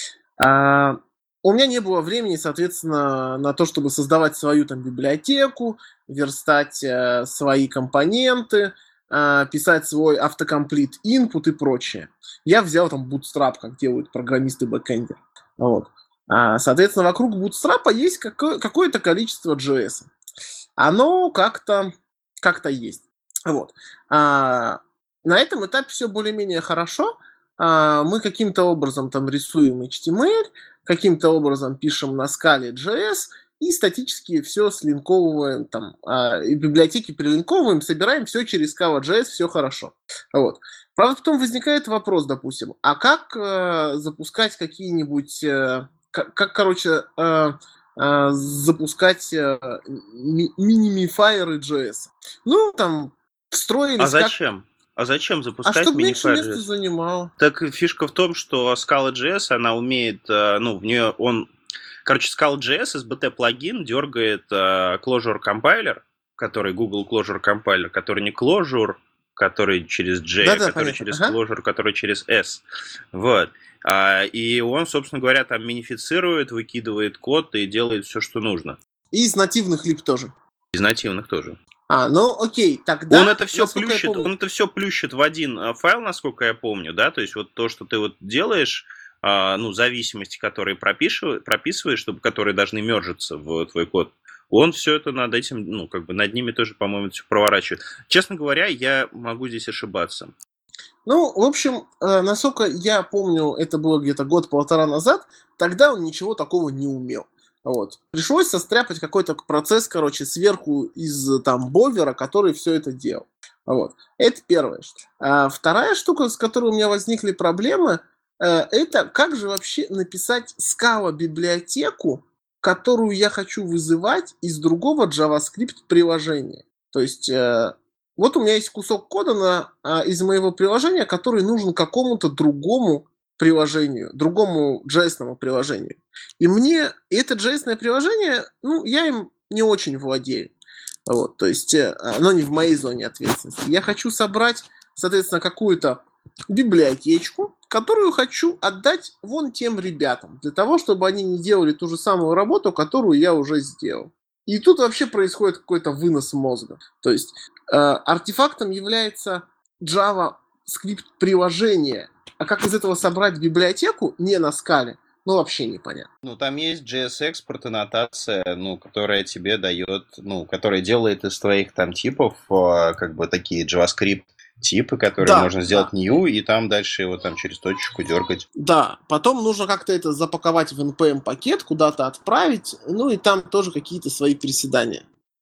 А, у меня не было времени, соответственно, на то, чтобы создавать свою там библиотеку, верстать э, свои компоненты, э, писать свой автокомплит input и прочее. Я взял там Bootstrap, как делают программисты-бэкэндер. Вот. А, соответственно, вокруг Bootstrap есть какое- какое-то количество джей эс. Оно как-то, как-то есть. Вот. А, на этом этапе все более-менее хорошо. А, мы каким-то образом там рисуем эйч ти эм эль, каким-то образом пишем на Scala.js и статически все слинковываем, там, а, и библиотеки прилинковываем, собираем все через Scala.js, все хорошо. Вот. Правда, потом возникает вопрос, допустим, а как э, запускать какие-нибудь, э, как, как, короче, э, э, запускать э, ми- минимифайеры джей эс? Ну, там, встроились... А зачем? Как... А зачем запускать а чтобы меньше минифайер? места занимало. Так фишка в том, что Scala.js, она умеет, ну, в нее он... Короче, Scala.js эс би ти-плагин дергает Clojure компайлер, который Google Clojure компайлер, который не Clojure, который через J, Да-да, который понятно. через Ага. Clojure, который через S. Вот. И он, собственно говоря, там минифицирует, выкидывает код и делает все, что нужно. И из нативных лип тоже. Из нативных тоже. А, ну окей, тогда... Он это все насколько я плющит, помню- он это все плющит в один а, файл, насколько я помню, да, то есть вот то, что ты вот делаешь, а, ну, зависимости, которые пропиши- прописываешь, чтобы, которые должны мержиться в твой код, он все это над этим, ну, как бы над ними тоже, по-моему, все проворачивает. Честно говоря, я могу здесь ошибаться. Ну, в общем, э, насколько я помню, это было где-то год-полтора назад, тогда он ничего такого не умел. Вот. Пришлось состряпать какой-то процесс, короче, сверху из там бовера, который все это делал. Вот. Это первая штука. А вторая штука, с которой у меня возникли проблемы, э, это как же вообще написать Scala-библиотеку, которую я хочу вызывать из другого JavaScript-приложения. То есть... Э, Вот у меня есть кусок кода на, а, из моего приложения, который нужен какому-то другому приложению, другому джей эс-ному приложению. И мне это джей эс-ное приложение, ну, я им не очень владею. Вот, то есть э, оно не в моей зоне ответственности. Я хочу собрать, соответственно, какую-то библиотечку, которую хочу отдать вон тем ребятам, для того, чтобы они не делали ту же самую работу, которую я уже сделал. И тут вообще происходит какой-то вынос мозга. То есть э, артефактом является JavaScript приложение. А как из этого собрать библиотеку не на скале, ну вообще непонятно. Ну, там есть джей эс-экспорт и нотация, ну, которая тебе дает, ну, которая делает из твоих там типов, как бы такие JavaScript типы, которые Да, можно сделать да. new, и там дальше его там через точечку дергать. Да, потом нужно как-то это запаковать в эн пи эм-пакет, куда-то отправить, ну и там тоже какие-то свои приседания.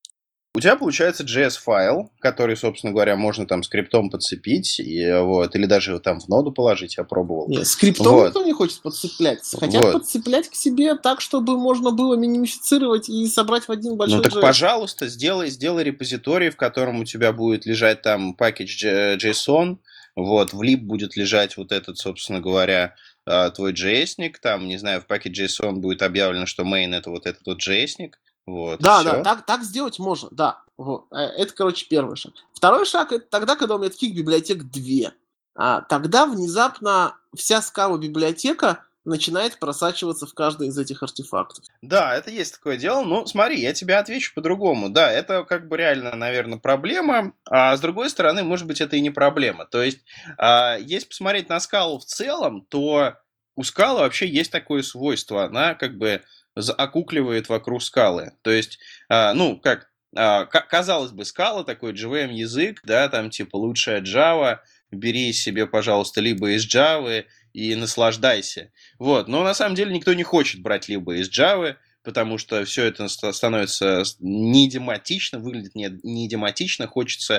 У тебя получается джей эс-файл, который, собственно говоря, можно там скриптом подцепить, и, вот, или даже его там в ноду положить, я пробовал. Нет, скриптом Вот. никто не хочет подцеплять. Хотят Вот. подцеплять к себе так, чтобы можно было минимифицировать и собрать в один большой Ну так, джей эс. пожалуйста, сделай, сделай репозиторий, в котором у тебя будет лежать там package JSON, вот, в lib будет лежать вот этот, собственно говоря, твой джей эс-ник, там, не знаю, в package JSON будет объявлено, что main это вот этот вот джей эс-ник. Вот, да, да, так, так сделать можно, да. Вот. Это, короче, первый шаг. Второй шаг — это тогда, когда у меня таких библиотек две. А, тогда внезапно вся скала библиотека начинает просачиваться в каждый из этих артефактов. Да, это есть такое дело. Ну, смотри, я тебе отвечу по-другому. Да, это как бы реально, наверное, проблема. А с другой стороны, может быть, это и не проблема. То есть, а, если посмотреть на скалу в целом, то у скалы вообще есть такое свойство. Она как бы окукливает вокруг скалы. То есть, а, ну, как, а, казалось бы, скала такой джей ви эм-язык, да, там типа лучшая Java, бери себе, пожалуйста, либо из Java и наслаждайся. Вот. Но на самом деле никто не хочет брать либо из Java, потому что все это становится неидематично, выглядит неидематично, хочется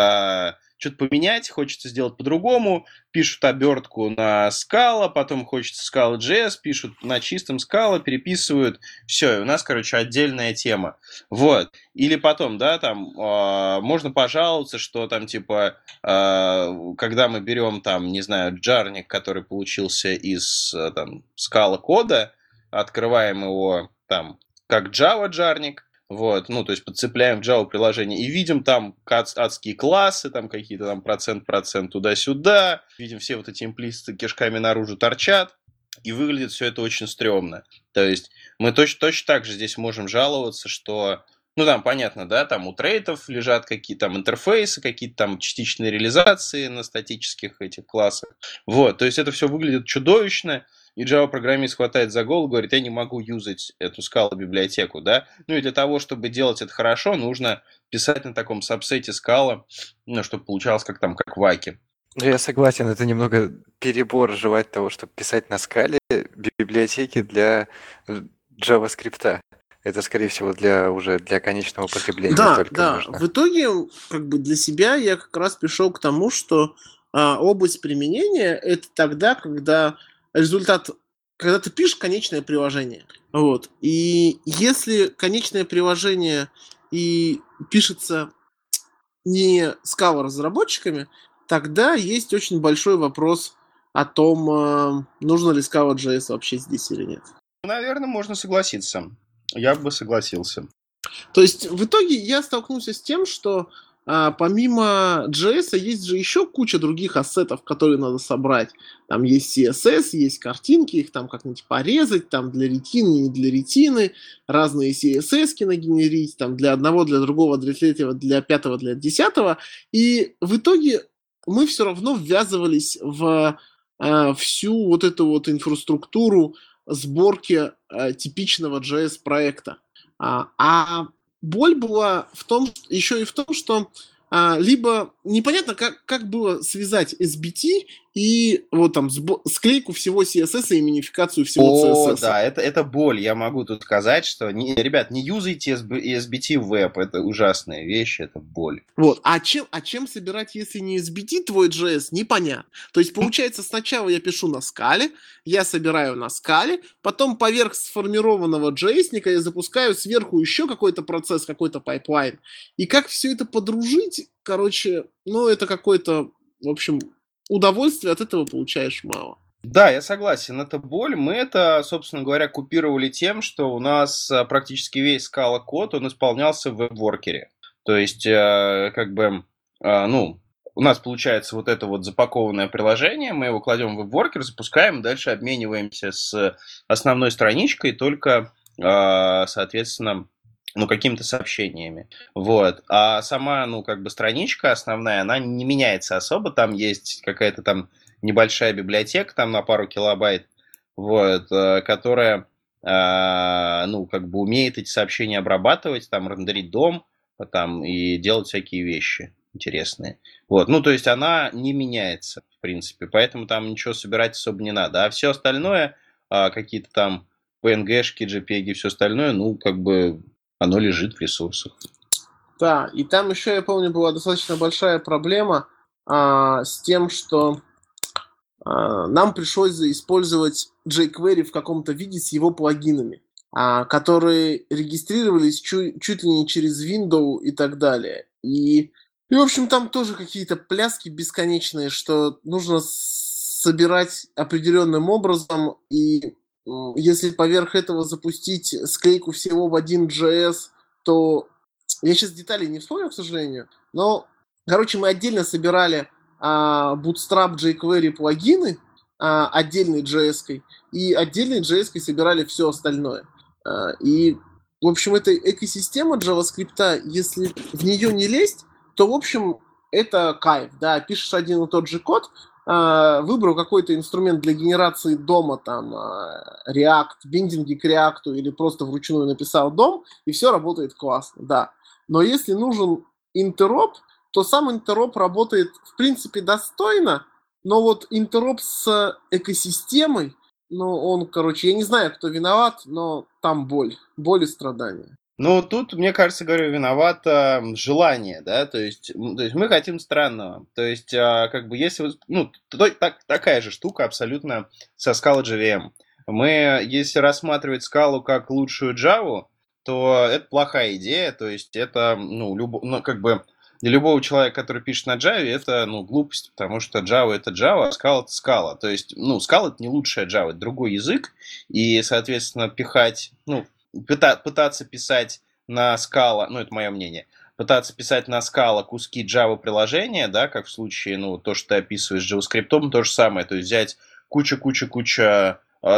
э, что-то поменять, хочется сделать по-другому, пишут обертку на Scala, потом хочется Scala.js, пишут на чистом Scala, переписывают, все, и у нас, короче, отдельная тема. Вот. Или потом, да, там, э, можно пожаловаться, что там, типа, э, когда мы берем, там, не знаю, джарник, который получился из, э, там, Scala кода, открываем его, там, как Java джарник, вот, ну, то есть подцепляем в Java приложение и видим там адские классы, там какие-то там процент-процент туда-сюда, видим все вот эти имплисты кишками наружу торчат, и выглядит все это очень стрёмно. То есть мы точно, точно так же здесь можем жаловаться, что, ну, там, понятно, да, там у трейтов лежат какие-то там интерфейсы, какие-то там частичные реализации на статических этих классах, вот, то есть это все выглядит чудовищно, и Java-программист хватает за голову, говорит, я не могу юзать эту Scala-библиотеку, да? Ну и для того, чтобы делать это хорошо, нужно писать на таком сабсете Scala, ну, чтобы получалось как там, как в Аке. Я согласен, это немного перебор желать того, чтобы писать на Scala библиотеки для JavaScript. Это, скорее всего, для уже для конечного потребления да, только да. нужно. В итоге, как бы для себя я как раз пришел к тому, что а, область применения — это тогда, когда результат, когда ты пишешь конечное приложение. Вот. И если конечное приложение и пишется не Scala разработчиками, тогда есть очень большой вопрос о том, нужно ли Scala.js вообще здесь или нет. Наверное, можно согласиться. Я бы согласился. То есть в итоге я столкнулся с тем, что а, помимо джей эс есть же еще куча других ассетов, которые надо собрать. Там есть си эс эс, есть картинки, их там как-нибудь порезать, там для ретины, не для ретины, разные си эс эс-ки нагенерить, там для одного, для другого, для третьего, для пятого, для десятого. И в итоге мы все равно ввязывались в а, всю вот эту вот инфраструктуру сборки а, типичного джей эс-проекта. А, а боль была в том, еще и в том, что а, либо непонятно, как, как было связать эс би ти и вот там сбо- склейку всего си эс эс и минификацию всего О, си эс эс. да, это, это боль. Я могу тут сказать, что, не, ребят, не юзайте эс би ти в веб. Это ужасная вещь, это боль. Вот. А чем, а чем собирать, если не эс би ти твой джей эс, непонятно. То есть, получается, сначала я пишу на скале, я собираю на скале, потом поверх сформированного джей эс-ника я запускаю сверху еще какой-то процесс, какой-то пайплайн. И как все это подружить, короче, ну, это какое-то, в общем, удовольствие от этого получаешь мало. Да, я согласен, это боль. Мы это, собственно говоря, купировали тем, что у нас практически весь Scala код, он исполнялся в веб-воркере. То есть, как бы, ну, у нас получается вот это вот запакованное приложение, мы его кладем в веб-воркер, запускаем, дальше обмениваемся с основной страничкой, только, соответственно, ну, какими-то сообщениями. Вот. А сама, ну, как бы страничка основная, она не меняется особо, там есть какая-то там небольшая библиотека, там на пару килобайт, вот, которая, ну, как бы умеет эти сообщения обрабатывать, там, рендерить дом, там, и делать всякие вещи. интересные. Вот, ну, то есть она не меняется, в принципе, поэтому там ничего собирать особо не надо. А все остальное, а, какие-то там пи эн джи-шки, джей пи и все остальное, ну, как бы оно лежит в ресурсах. Да, и там еще, я помню, была достаточно большая проблема а, с тем, что а, нам пришлось использовать jQuery в каком-то виде с его плагинами, а, которые регистрировались чу- чуть ли не через Windows и так далее. И, и, в общем, там тоже какие-то пляски бесконечные, что нужно с- собирать определенным образом, и м, если поверх этого запустить склейку всего в один джей эс, то я сейчас деталей не вспомню, к сожалению, но, короче, мы отдельно собирали а, Bootstrap jQuery плагины а, отдельной джей эс-кой, и отдельной джей эс-кой собирали все остальное. А, и, в общем, эта экосистема JavaScript, если в нее не лезть, то, в общем, это кайф, да, пишешь один и тот же код, а, выбрал какой-то инструмент для генерации дома, там, а, React, биндинги к React, или просто вручную написал дом, и все работает классно, да. Но если нужен интероп, то сам интероп работает, в принципе, достойно, но вот интероп с экосистемой, ну, он, короче, я не знаю, кто виноват, но там боль, боль и страдания. Ну, тут, мне кажется, говорю, виновато желание, да, то есть, м, то есть мы хотим странного. То есть, а, как бы, если, вы- ну, то- так, такая же штука абсолютно со Scala джей ви эм. Мы, если рассматривать скалу как лучшую Java, то это плохая идея, то есть это, ну, любо, ну, как бы для любого человека, который пишет на Java, это, ну, глупость, потому что Java это Java, а Scala это Scala. То есть, ну, Scala это не лучшая Java, это другой язык, и, соответственно, пихать, ну, пыта, пытаться писать на Scala, ну, это мое мнение, пытаться писать на Scala куски Java приложения, да, как в случае, ну, то, что ты описываешь с JavaScript, то же самое, то есть взять куча-куча-куча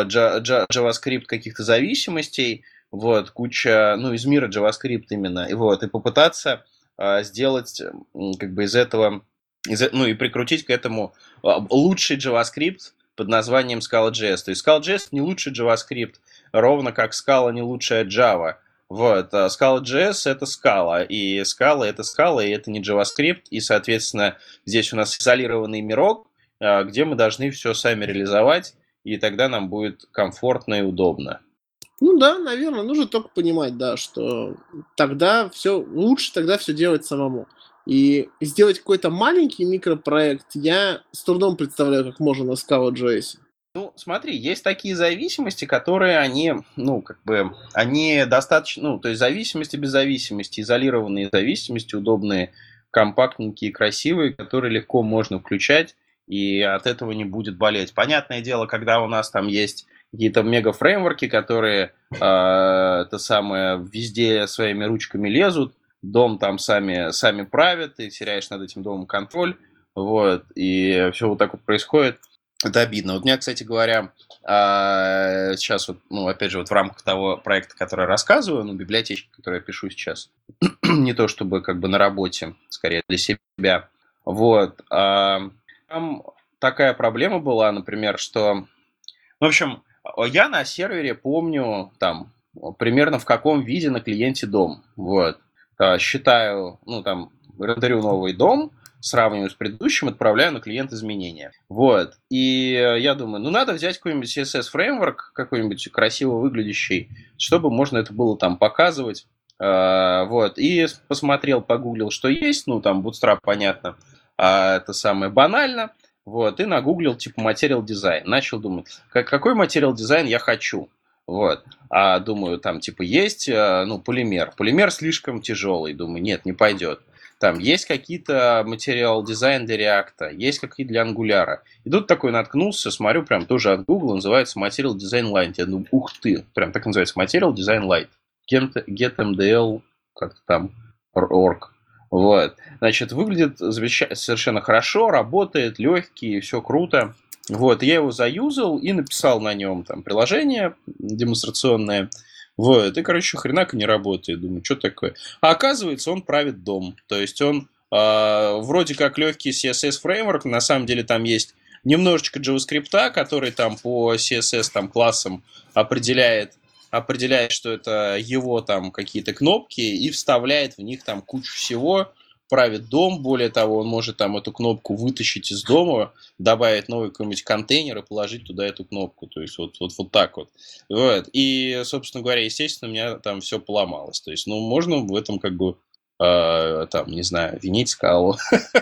JavaScript каких-то зависимостей, вот, куча, ну, из мира JavaScript именно, и вот, и попытаться а, сделать, как бы, из этого, из, ну, и прикрутить к этому а, лучший JavaScript под названием Scala джей эс. То есть Scala джей эс не лучший JavaScript, ровно как Scala не лучшая Java. Вот, а Scala джей эс это Scala, и Scala это Scala, и это не JavaScript, и, соответственно, здесь у нас изолированный мирок, где мы должны все сами реализовать, и тогда нам будет комфортно и удобно. Ну да, наверное, нужно только понимать, да, что тогда все лучше тогда все делать самому. И сделать какой-то маленький микропроект я с трудом представляю, как можно на Scala джей эс. Ну, смотри, есть такие зависимости, которые они, ну, как бы, они достаточно, ну, то есть зависимости без зависимости, изолированные зависимости, удобные, компактненькие, красивые, которые легко можно включать, и от этого не будет болеть. Понятное дело, когда у нас там есть какие-то мега-фреймворки, которые э, это самое, везде своими ручками лезут, дом там сами, сами правят, ты теряешь над этим домом контроль, вот, и все вот так вот происходит. Это обидно. Вот у меня, кстати говоря, сейчас вот, ну, опять же, вот в рамках того проекта, который я рассказываю, ну, библиотечки, которую я пишу сейчас, не то чтобы как бы на работе, скорее для себя, вот, там такая проблема была, например, что, в общем, я на сервере помню там примерно в каком виде на клиенте дом, вот, считаю, ну, там, рендерю новый дом, сравниваю с предыдущим, отправляю на клиент изменения. Вот. И я думаю, ну, надо взять какой-нибудь си эс эс-фреймворк, какой-нибудь красиво выглядящий, чтобы можно это было там показывать. Вот. И посмотрел, погуглил, что есть. Ну, там, Bootstrap, понятно, это самое банально. Вот. И нагуглил, типа, Material Design. Начал думать, какой Material Design я хочу. Вот. А думаю, там, типа, есть, ну, полимер. Полимер слишком тяжелый. Думаю, нет, не пойдет. Там есть какие-то материал дизайн для React, есть какие-то для Angular. И тут такой наткнулся, смотрю, прям тоже от Google, называется Material Design Lite. Я думаю, ух ты, прям так называется, Material Design Lite. GetMDL, как-то там, org. Вот. Значит, выглядит совершенно хорошо, работает, легкий, все круто. Вот, я его заюзал и написал на нем там приложение демонстрационное. Вот, и, короче, хренака не работает. Думаю, что такое? А оказывается, он правит дом. То есть он э, вроде как легкий си эс эс-фреймворк, на самом деле там есть немножечко JavaScript, который там по си эс эс там, классам определяет, определяет, что это его там какие-то кнопки, и вставляет в них там кучу всего, вправит дом, более того, он может там эту кнопку вытащить из дома, добавить новый какой-нибудь контейнер и положить туда эту кнопку. То есть вот, вот, вот так вот. вот. И, собственно говоря, естественно, у меня там все поломалось. То есть, ну, можно в этом как бы, э, там, не знаю, винить скалу.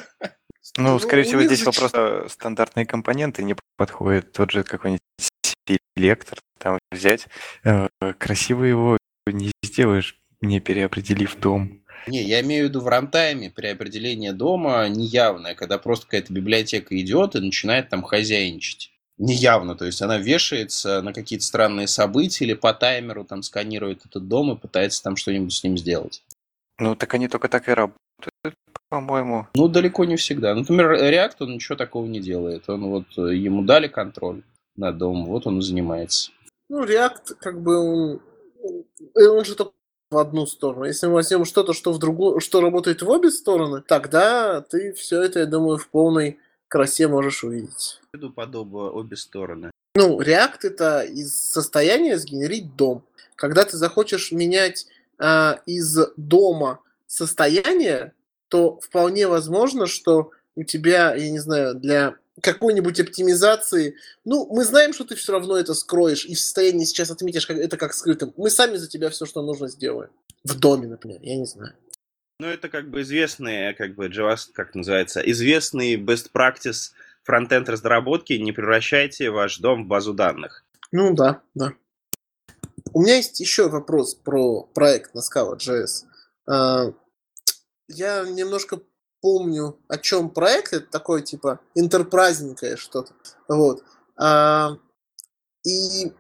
Ну, Ну, скорее у всего, них здесь зач- вопрос э, стандартные компоненты не подходят. Тот же какой-нибудь селектор там взять. э, Красиво его не сделаешь, не переопределив дом. Не, я имею в виду в рантайме при определении дома неявное, когда просто какая-то библиотека идет и начинает там хозяйничать. Неявно, то есть она вешается на какие-то странные события или по таймеру там сканирует этот дом и пытается там что-нибудь с ним сделать. Ну, так они только так и работают, по-моему. Ну, далеко не всегда. Например, React, он ничего такого не делает. Он вот, э, ему дали контроль над домом, вот он и занимается. Ну, React, как бы, он, э, он же только в одну сторону. Если мы возьмем что-то, что в другую, что работает в обе стороны, тогда ты все это, я думаю, в полной красе можешь увидеть. Иду подобно обе стороны. Ну, React это из состояния сгенерить дом. Когда ты захочешь менять а, из дома состояние, то вполне возможно, что у тебя, я не знаю, для какой-нибудь оптимизации, ну, мы знаем, что ты все равно это скроешь и в состоянии сейчас отметишь как- это как скрытым. Мы сами за тебя все, что нужно, сделаем. В доме, например, я не знаю. Ну, это как бы известные, как бы, JavaScript, как называется, известный best practice фронтенд разработки. Не превращайте ваш дом в базу данных. Ну да, да. У меня есть еще вопрос про проект на Scala.js. А, Я немножко помню, о чем проект. Это такое, типа, интерпрайзненькое что-то. Вот. А, И,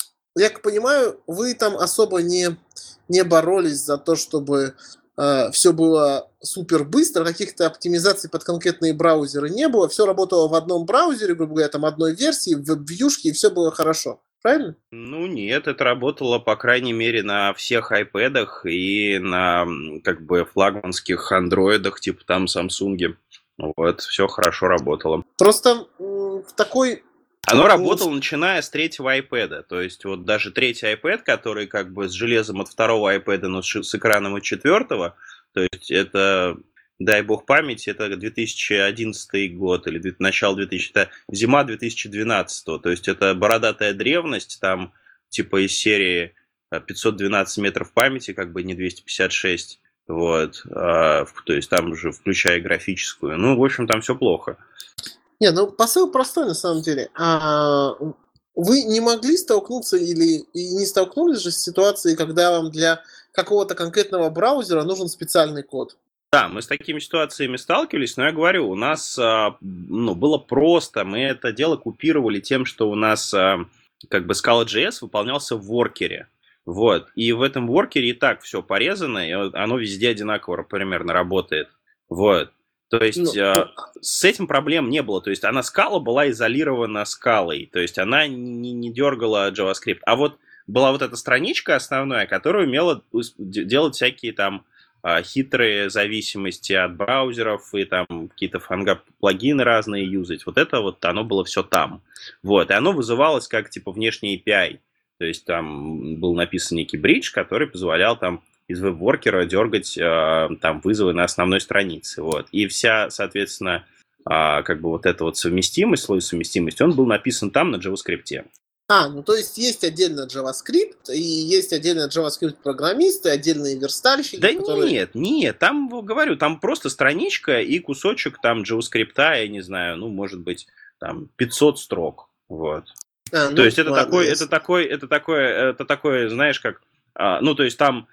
я как понимаю, вы там особо не, не боролись за то, чтобы все было супер быстро, каких-то оптимизаций под конкретные браузеры не было. Все работало в одном браузере, грубо говоря, там одной версии, в вьюшке, и все было хорошо. Правильно? Ну, нет, это работало, по крайней мере, на всех айпэдах и на, м, как бы, флагманских андроидах, типа там Samsung. Вот, все хорошо работало. Просто м, в такой... Оно Ну, работало, начиная с третьего iPad. То есть, вот даже третий iPad, который как бы с железом от второго iPad, но с с экраном от четвертого, то есть это, дай бог памяти, это две тысячи одиннадцатый год или две- начало две тысячи, это зима две тысячи двенадцатого. То есть это бородатая древность, там типа из серии э, пятьсот двенадцать метров памяти, как бы не двести пятьдесят шесть. Вот, а, в- то есть там уже включая графическую. Ну, в общем, там все плохо. Не, ну посыл простой на самом деле. А, вы не могли столкнуться или и не столкнулись же с ситуацией, когда вам для какого-то конкретного браузера нужен специальный код? Да, мы с такими ситуациями сталкивались, но я говорю, у нас а, ну, было просто, мы это дело купировали тем, что у нас а, как бы Scala.js выполнялся в воркере. Вот. И в этом воркере и так все порезано, и оно везде одинаково примерно работает. Вот. То есть Ну, а, с этим проблем не было. То есть она скала была изолирована скалой. То есть она не, не дергала JavaScript. А вот была вот эта страничка основная, которая умела ус- де- делать всякие там а, хитрые зависимости от браузеров и там какие-то фанга-плагины разные юзать. Вот это вот, оно было все там. Вот. И оно вызывалось как типа внешний эй пи ай. То есть там был написан некий бридж, который позволял там из веб-воркера дергать э, там вызовы на основной странице. Вот. И вся, соответственно, э, как бы вот эта вот совместимость, слой совместимости, он был написан там на JavaScript. А, ну то есть есть отдельно JavaScript, и есть отдельно JavaScript-программисты, отдельные верстальщики, Да которые... нет, нет, там, говорю, там просто страничка и кусочек там JavaScript, я не знаю, ну, может быть, там пятьсот строк. Вот. А, ну, То есть это ладно, такой, ясно. это такой, это такое, это такое, знаешь, как, а, ну, то есть там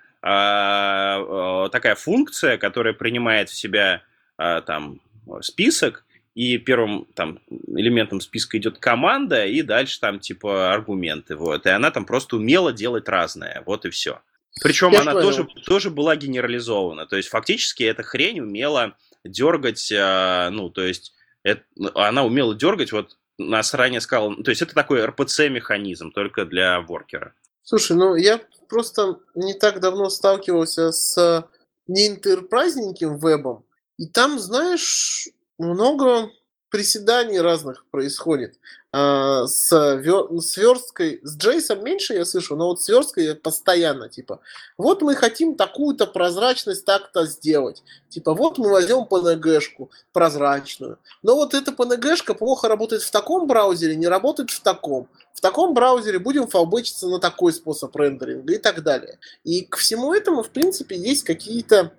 а, а, такая функция, которая принимает в себя а, там список, и первым там элементом списка идет команда, и дальше там типа аргументы, вот, и она там просто умела делать разное, вот и все. Причем Я она понял. тоже, тоже была генерализована, то есть фактически эта хрень умела дергать, а, ну, то есть это, она умела дергать вот на стороне скал, то есть это такой эр пи си-механизм, только для воркера. Слушай, ну я просто не так давно сталкивался с неинтерпрайзненьким вебом, и там, знаешь, много приседаний разных происходит. А, с, вер- с версткой, с Джейсом меньше я слышу, но вот с версткой я постоянно, типа, вот мы хотим такую-то прозрачность так-то сделать. Типа, вот мы возьмем пэ эн гэ-шку прозрачную. Но вот эта пэ эн гэ-шка плохо работает в таком браузере, не работает в таком. В таком браузере будем фалбечиться на такой способ рендеринга и так далее. И к всему этому, в принципе, есть какие-то...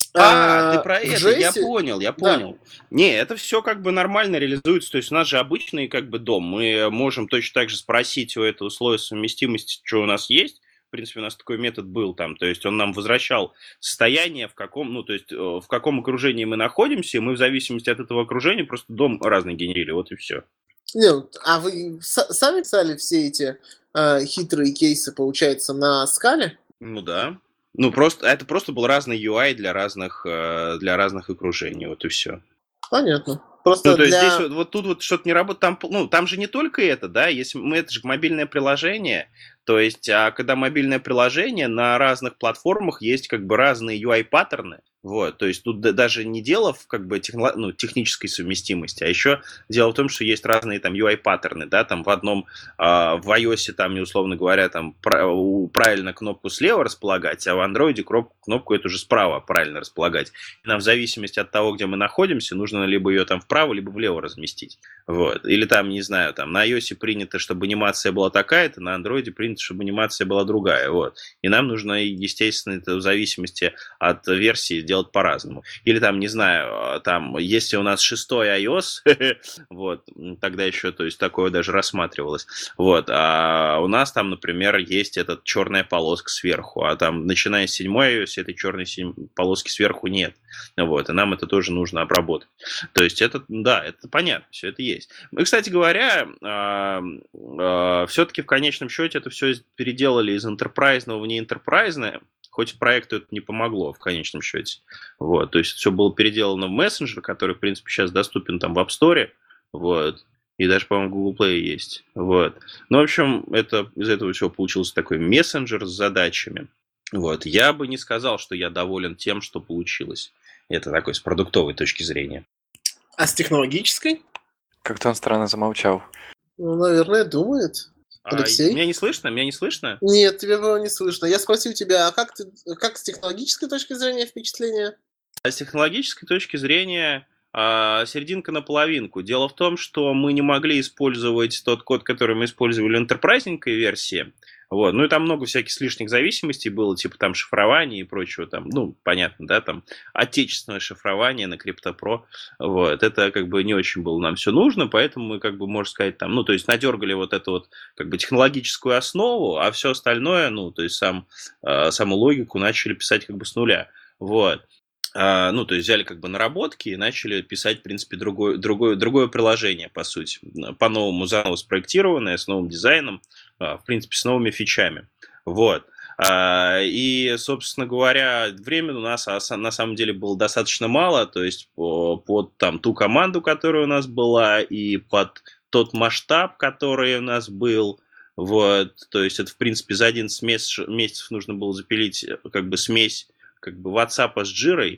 А, а, ты про в это, я джей эс понял, я Да. понял. Не, это все как бы нормально реализуется, то есть у нас же обычный как бы дом, мы можем точно так же спросить у этого слоя совместимости, что у нас есть. В принципе, у нас такой метод был там, то есть он нам возвращал состояние, в каком, ну, то есть э, в каком окружении мы находимся, и мы в зависимости от этого окружения просто дом разный генерили, вот и все. Не, вот, а вы с- сами писали все эти э, хитрые кейсы, получается, на скале? Ну да. Ну, просто это просто был разный ю ай для разных, э, для разных окружений, вот и все. Понятно. Ну, Просто то есть здесь для... вот, вот тут вот что-то не работает. Там, ну, там же не только это, да, если мы, это же мобильное приложение. То есть, а когда мобильное приложение, на разных платформах есть как бы разные ю ай-паттерны. Вот, то есть тут да- даже не дело в как бы техно- ну, технической совместимости, а еще дело в том, что есть разные там ю ай-паттерны, да, там в одном, а, в iOS там, условно говоря, там пра- у- правильно кнопку слева располагать, а в Android кроп- кнопку эту же справа правильно располагать. И нам в зависимости от того, где мы находимся, нужно либо ее там вправо, либо влево разместить. Вот. Или там, не знаю, там на iOS принято, чтобы анимация была такая-то, на Android принято, чтобы анимация была другая. Вот. И нам нужно, естественно, это в зависимости от версии делать по-разному. Или там, не знаю, там, если у нас шестой iOS, вот, тогда еще, то есть, такое даже рассматривалось. Вот. А у нас там, например, есть эта черная полоска сверху, а там, начиная с седьмой iOS, этой черной сем- полоски сверху нет. Вот. И нам это тоже нужно обработать. То есть, это, да, это понятно, все это есть. Мы, кстати говоря, все-таки в конечном счете это все переделали из энтерпрайзного в неэнтерпрайзное, хоть проекту это не помогло в конечном счете. Вот, то есть все было переделано в мессенджер, который, в принципе, сейчас доступен там в App Store, вот, и даже, по-моему, в Google Play есть. Вот. Ну, в общем, это, из этого всего получился такой мессенджер с задачами. Вот. Я бы не сказал, что я доволен тем, что получилось. Это такой с продуктовой точки зрения. А с технологической? Как-то он странно замолчал. Ну, наверное, думает. А Алексей? меня не слышно? Меня не слышно? Нет, тебя было не слышно. Я спросил тебя, а как ты, как с технологической точки зрения впечатление? А с технологической точки зрения а, серединка на половинку. Дело в том, что мы не могли использовать тот код, который мы использовали в энтерпрайзненькой версии. Вот. Ну и там много всяких лишних зависимостей было, типа там шифрования и прочего. Там, ну, понятно, да, там отечественное шифрование на CryptoPro. Вот. Это как бы не очень было нам все нужно, поэтому мы, как бы, можно сказать, там, ну, то есть надергали вот эту вот как бы технологическую основу, а все остальное, ну, то есть сам, э, саму логику начали писать как бы с нуля. Вот. А, ну, то есть взяли как бы наработки и начали писать, в принципе, другое, другое, другое приложение, по сути. По-новому заново спроектированное, с новым дизайном, а, в принципе, с новыми фичами. Вот. А, и, собственно говоря, времени у нас а, на самом деле было достаточно мало, то есть по- под там, ту команду, которая у нас была, и под тот масштаб, который у нас был. Вот. То есть это, в принципе, за одиннадцать месяцев, месяцев нужно было запилить как бы смесь как бы WhatsApp с Jira.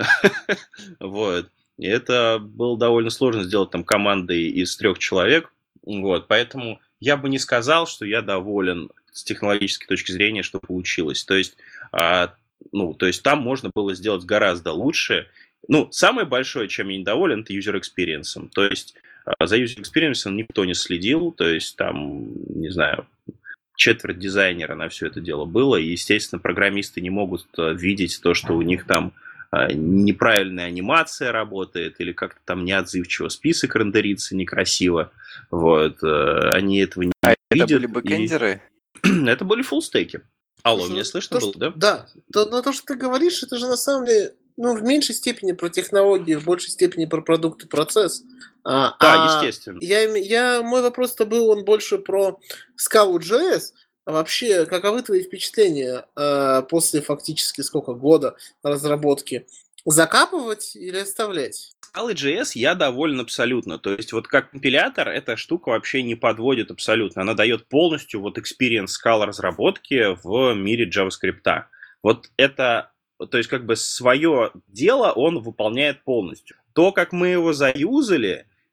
Вот. И это было довольно сложно сделать там командой из трех человек. Вот. Поэтому я бы не сказал, что я доволен с технологической точки зрения, что получилось. То есть, а, ну, то есть там можно было сделать гораздо лучше. Ну, самое большое, чем я недоволен, это user experience. То есть а, за user experience никто не следил. То есть там, не знаю, четверть дизайнера на все это дело было, и, естественно, программисты не могут видеть то, что у них там неправильная анимация работает, или как-то там неотзывчиво список рендерится некрасиво. Вот. Они этого не А видят. это были бэкэндеры? И... Это были фуллстеки. Алло, Слушай, меня слышно то, было, что... да? Да. То, но то, что ты говоришь, это же на самом деле, ну, в меньшей степени про технологии, в большей степени про продукт и процесс. А, Да, а естественно. Я, я, мой вопрос-то был, он больше про Scala.js. А вообще, каковы твои впечатления э, после фактически сколько года разработки? Закапывать или оставлять? Scala.js я доволен абсолютно. То есть вот как компилятор эта штука вообще не подводит абсолютно. Она дает полностью вот experience Scala разработки в мире JavaScript. Вот это, то есть как бы свое дело он выполняет полностью. То, как мы его заюзали,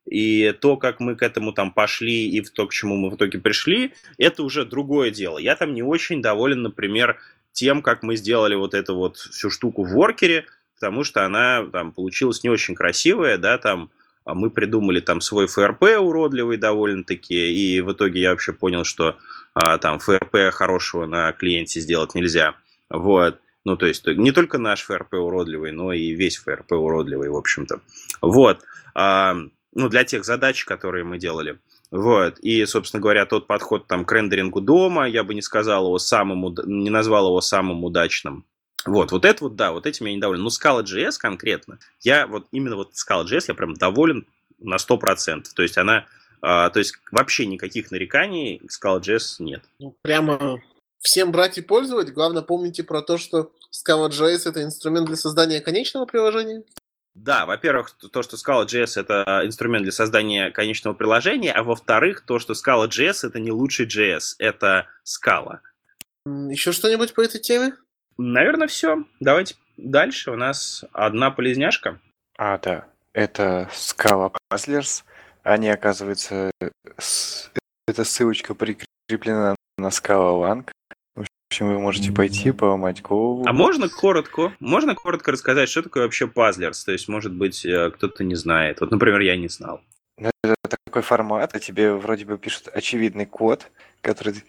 и то, как мы к этому там пошли, и в то, к чему мы в итоге пришли, это уже другое дело. Я там не очень доволен, например, тем, как мы сделали вот эту вот всю штуку в воркере, потому что она там получилась не очень красивая, да, там мы придумали там свой эф эр пи уродливый довольно-таки, и в итоге я вообще понял, что а, там эф эр пи хорошего на клиенте сделать нельзя. Вот. Ну, то есть не только наш эф эр пи уродливый, но и весь эф эр пи уродливый, в общем-то. Вот. А, ну, для тех задач, которые мы делали. Вот. И, собственно говоря, тот подход там к рендерингу дома, я бы не сказал его самым, не назвал его самым удачным. Вот, вот это вот, да, вот этим я недоволен. Но Scala.js конкретно, я вот именно вот Scala.js я прям доволен на сто процентов. То есть она, а, то есть вообще никаких нареканий к Scala.js нет. Ну, прямо всем брать и пользовать. Главное, помните про то, что Scala.js — это инструмент для создания конечного приложения. Да, во-первых, то, что Scala.js — это инструмент для создания конечного приложения, а во-вторых, то, что Scala.js — это не лучший джей эс, это Scala. Еще что-нибудь по этой теме? Наверное, все. Давайте дальше. У нас одна полезняшка. А, да. Это Scala Puzzlers. Они, оказывается, с... эта ссылочка прикреплена на Scala Lang. В общем, вы можете пойти, поломать голову. А можно коротко? Можно коротко рассказать, что такое вообще Puzzlers? То есть, может быть, кто-то не знает. Вот, например, я не знал. Ну, это такой формат, а тебе вроде бы пишут очевидный код, который,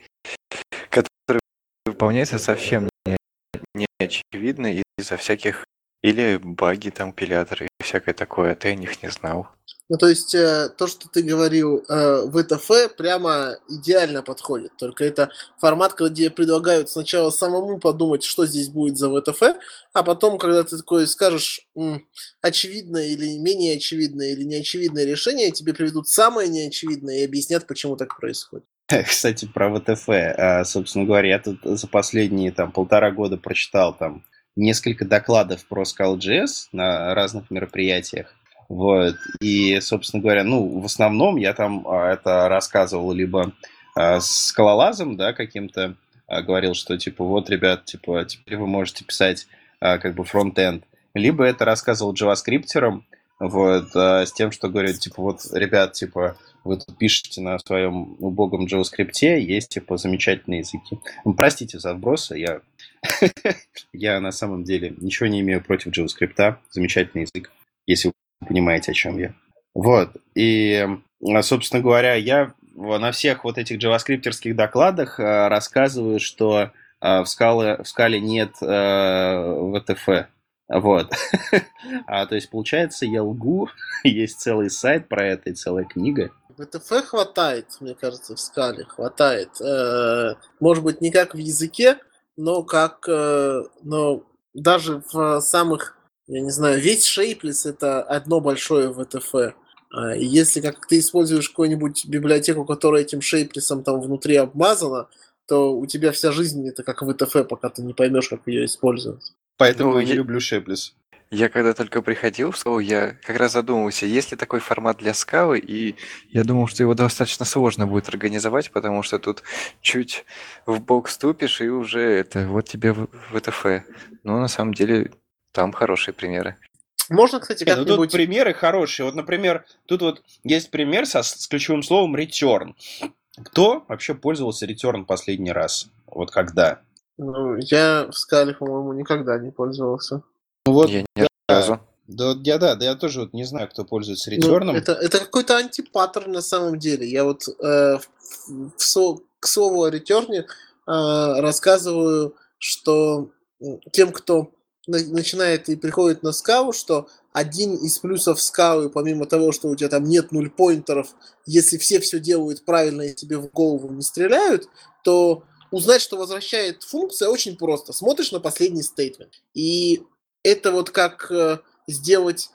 который выполняется совсем не не очевидно из-за всяких или баги, там, компиляторы и всякое такое, а ты о них не знал. Ну, то есть, э, то, что ты говорил э, в эй ти эф, прямо идеально подходит. Только это формат, где предлагают сначала самому подумать, что здесь будет за ви ти эф, а потом, когда ты такой скажешь м, очевидное или менее очевидное или неочевидное решение, тебе приведут самое неочевидное и объяснят, почему так происходит. Кстати, про ви ти эф, собственно говоря, я тут за последние там, полтора года прочитал там несколько докладов про Scala.js на разных мероприятиях. Вот. И, собственно говоря, ну, в основном я там это рассказывал либо с скалолазом, да, каким-то, говорил, что, типа, вот, ребят, типа, теперь вы можете писать как бы фронт-энд. Либо это рассказывал джаваскриптерам, вот, с тем, что говорят, типа, вот, ребят, типа, вы тут пишете на своем убогом JavaScript, есть, типа, замечательные языки. Ну, простите за вбросы, я, я на самом деле ничего не имею против JavaScript, замечательный язык, если вы понимаете, о чем я. Вот, и, собственно говоря, я на всех вот этих джаваскриптерских докладах рассказываю, что в Scala, в Scala нет ви ти эф. Вот. А, то есть, получается, я лгу, есть целый сайт про это и целая книга. ви ти эф хватает, мне кажется, в Scala, хватает. Э, может быть, не как в языке, но как, э, но даже в самых, я не знаю, весь Shapeless — это одно большое ви ти эф. Э, и если как ты используешь какую-нибудь библиотеку, которая этим Shapeless там внутри обмазана, то у тебя вся жизнь это как ви ти эф, пока ты не поймешь, как ее использовать. Поэтому Ну, я не я- люблю Shapeless. Я когда только приходил в Scala, я как раз задумывался, есть ли такой формат для Scala, и я думал, что его достаточно сложно будет организовать, потому что тут чуть в бок ступишь, и уже это, вот тебе ви ти эф. Но на самом деле там хорошие примеры. Можно, кстати, Нет, ну тут как-нибудь... примеры хорошие. Вот, например, тут вот есть пример со, с ключевым словом return. Кто вообще пользовался return последний раз? Вот когда? Ну, я в Scala, по-моему, никогда не пользовался. Ну вот, Я ни разу. да, вот я, да, да, я тоже вот не знаю, кто пользуется Ну, return. это, это какой-то антипаттерн на самом деле. Я вот э, в- в со- к слову о ретерне э, рассказываю, что м, тем, кто на- начинает и приходит на скалу, что один из плюсов скалы, помимо того, что у тебя там нет нуль-поинтеров, если все все делают правильно и тебе в голову не стреляют, то узнать, что возвращает функция, очень просто. Смотришь на последний стейтмент. И это вот как э, сделать,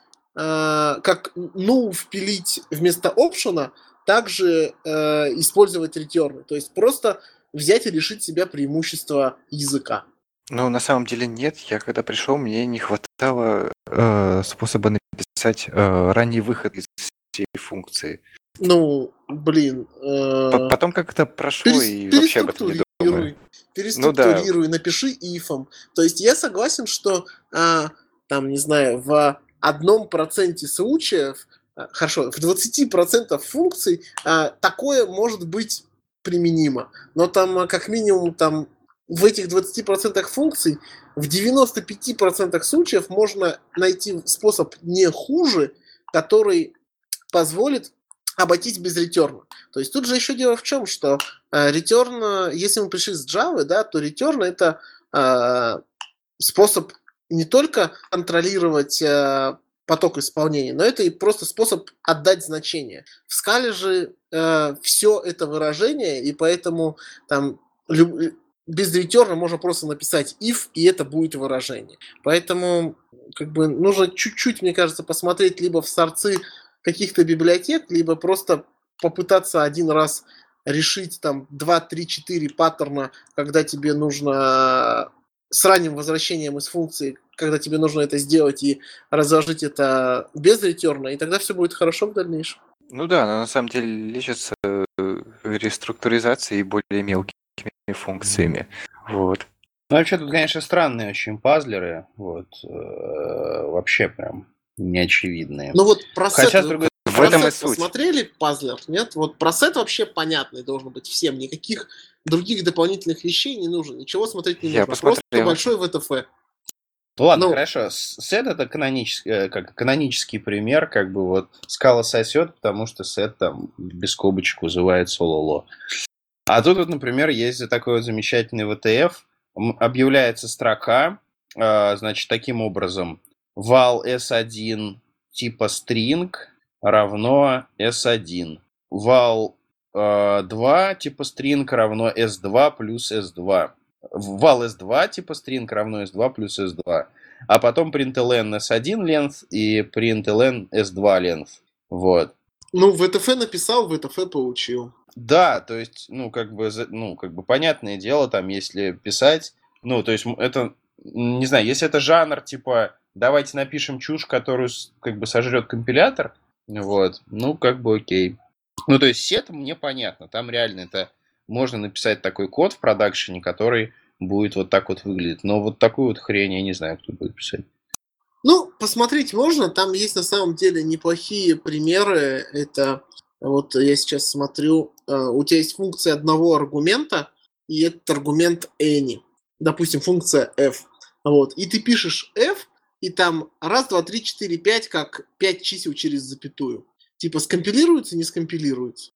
э, как null впилить вместо опшена, также э, использовать ретерны. То есть просто взять и лишить себя преимущества языка. Ну, на самом деле нет. Я когда пришел, мне не хватало э, способа написать э, ранний выход из всей функции. Ну, блин. П- Э, Потом как-то прошло, перес- и вообще об этом не думаю. переструктурируй, переструктурируй, напиши ифом. То есть я согласен, что а, там, не знаю, в одном проценте случаев хорошо, в двадцати процентах функций а, такое может быть применимо. Но там как минимум там в этих двадцати процентах функций в девяноста пяти процентах случаев можно найти способ не хуже, который позволит обойтись без ретерна. То есть тут же еще дело в чем, что э, return, если мы пришли с Java, да, то return это э, способ не только контролировать э, поток исполнения, но это и просто способ отдать значение. В скале же э, все это выражение, и поэтому там люб, без ретерна можно просто написать if, и это будет выражение. Поэтому как бы нужно чуть-чуть, мне кажется, посмотреть либо в сорцы каких-то библиотек, либо просто попытаться один раз решить там два, три, четыре паттерна, когда тебе нужно с ранним возвращением из функции, когда тебе нужно это сделать и разложить это без ретерна, и тогда все будет хорошо в дальнейшем. Ну да, но на самом деле лечится реструктуризацией и более мелкими функциями. Вот. Ну, вообще тут, конечно, странные очень пазлеры. Вот. Вообще прям неочевидные. Ну вот про Хотя, сет, с другой... в этом и сет суть. посмотрели пазлер? Нет? Вот про сет вообще понятный должен быть всем. Никаких других дополнительных вещей не нужно. Ничего смотреть не Я нужно. посмотрел. Просто большой вэ тэ эф. Ладно, Ну, хорошо. Сет это канонический, как канонический пример, как бы вот скала сосет, потому что сет там без скобочек вызывает сололо. А тут вот, например, есть такой вот замечательный вэ тэ эф, объявляется строка, значит, таким образом: val эс один типа string равно эс один. val два типа string равно эс два плюс эс два. val эс два типа string равно эс два плюс эс два. А потом println эс один length и println эс два length. Вот. ну, вэ тэ эф написал, вэ тэ эф получил. Да, то есть, ну, как бы, ну, как бы понятное дело, там, если писать, ну, то есть, это, не знаю, если это жанр, типа, давайте напишем чушь, которую, как бы, сожрет компилятор, вот, ну, как бы, окей. Ну, то есть, сет мне понятно, там реально это, можно написать такой код в продакшене, который будет вот так вот выглядеть, но вот такую вот хрень я не знаю, кто будет писать. Ну, посмотреть можно, там есть на самом деле неплохие примеры, это... Вот я сейчас смотрю, у тебя есть функция одного аргумента, и этот аргумент any. Допустим, функция f. Вот. И ты пишешь f, и там раз, два, три, четыре, пять, как пять чисел через запятую. Типа скомпилируется, не скомпилируется?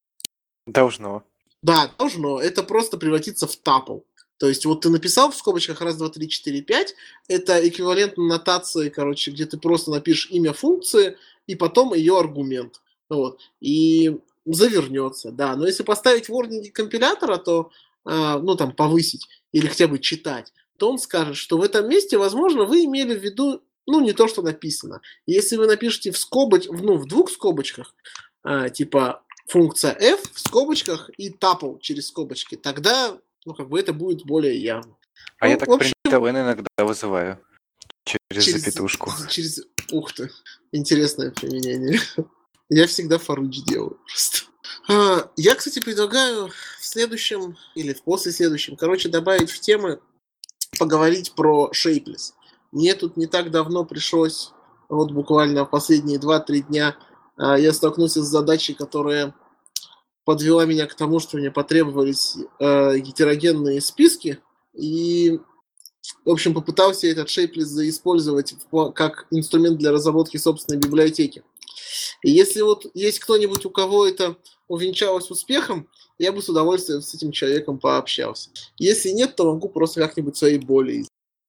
Должно. Да, должно. Это просто превратится в тапл. То есть вот ты написал в скобочках раз, два, три, четыре, пять. Это эквивалентно нотации, короче, где ты просто напишешь имя функции и потом ее аргумент. Вот. И завернется, да. Но если поставить ворнинги компилятора, то, э, ну, там, повысить или хотя бы читать, то он скажет, что в этом месте, возможно, вы имели в виду, ну, не то, что написано. Если вы напишете в скобоч... ну, в двух скобочках, э, типа функция f в скобочках и тапл через скобочки, тогда, ну, как бы это будет более явно. А ну, я так общем... println иногда вызываю. Через, через запятушку. Через... Ух ты, интересное применение. Я всегда форыч делаю просто. А, я, кстати, предлагаю в следующем, или в после следующем, короче, добавить в темы, поговорить про Shapeless. Мне тут не так давно пришлось, вот буквально в последние два-три дня, я столкнулся с задачей, которая подвела меня к тому, что мне потребовались э, гетерогенные списки, и, в общем, попытался этот Shapeless использовать как инструмент для разработки собственной библиотеки. И если вот есть кто-нибудь, у кого это увенчалось успехом, я бы с удовольствием с этим человеком пообщался. Если нет, то могу просто как-нибудь свои боли.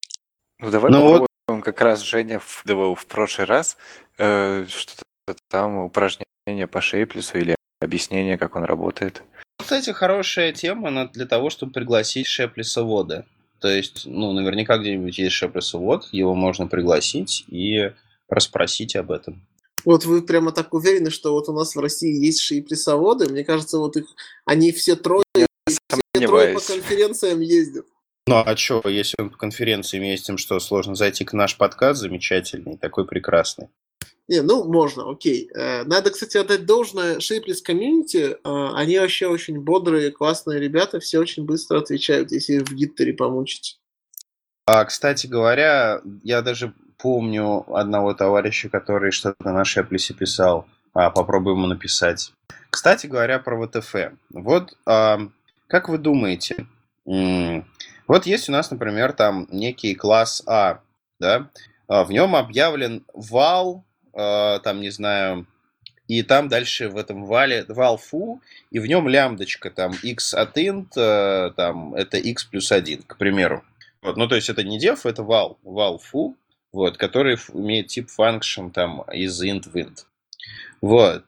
Ну давай ну попробуем, вот... как раз Женя давал в прошлый раз э, что-то там, упражнение по Shapeless или объяснение, как он работает. Кстати, хорошая тема для того, чтобы пригласить Shapeless-вода. То есть, ну, наверняка где-нибудь есть Shapeless-вод, его можно пригласить и расспросить об этом. Вот вы прямо так уверены, что вот у нас в России есть шейплесоводы? Мне кажется, вот их, они все трое, все трое по конференциям ездят. Ну а что, если он по конференциям ездим, что сложно зайти к наш подкаст замечательный, такой прекрасный? Не, ну можно, окей. Надо, кстати, отдать должное Shapeless комьюнити. Они вообще очень бодрые, классные ребята, все очень быстро отвечают, если в Гиттере помучить. А, кстати говоря, я даже помню одного товарища, который что-то на Шеплисе писал. А, попробую ему написать. Кстати говоря, про вэ тэ эф. Вот, а, как вы думаете, м- вот есть у нас, например, там некий класс А, да? А, в нем объявлен val, а, там, не знаю, и там дальше в этом вале val foo, и в нем лямбдочка, там, x от int, а, там, это x плюс один, к примеру. Вот, ну, то есть это не def, это val, val foo, вот, который имеет тип function, там, из int в int. Вот.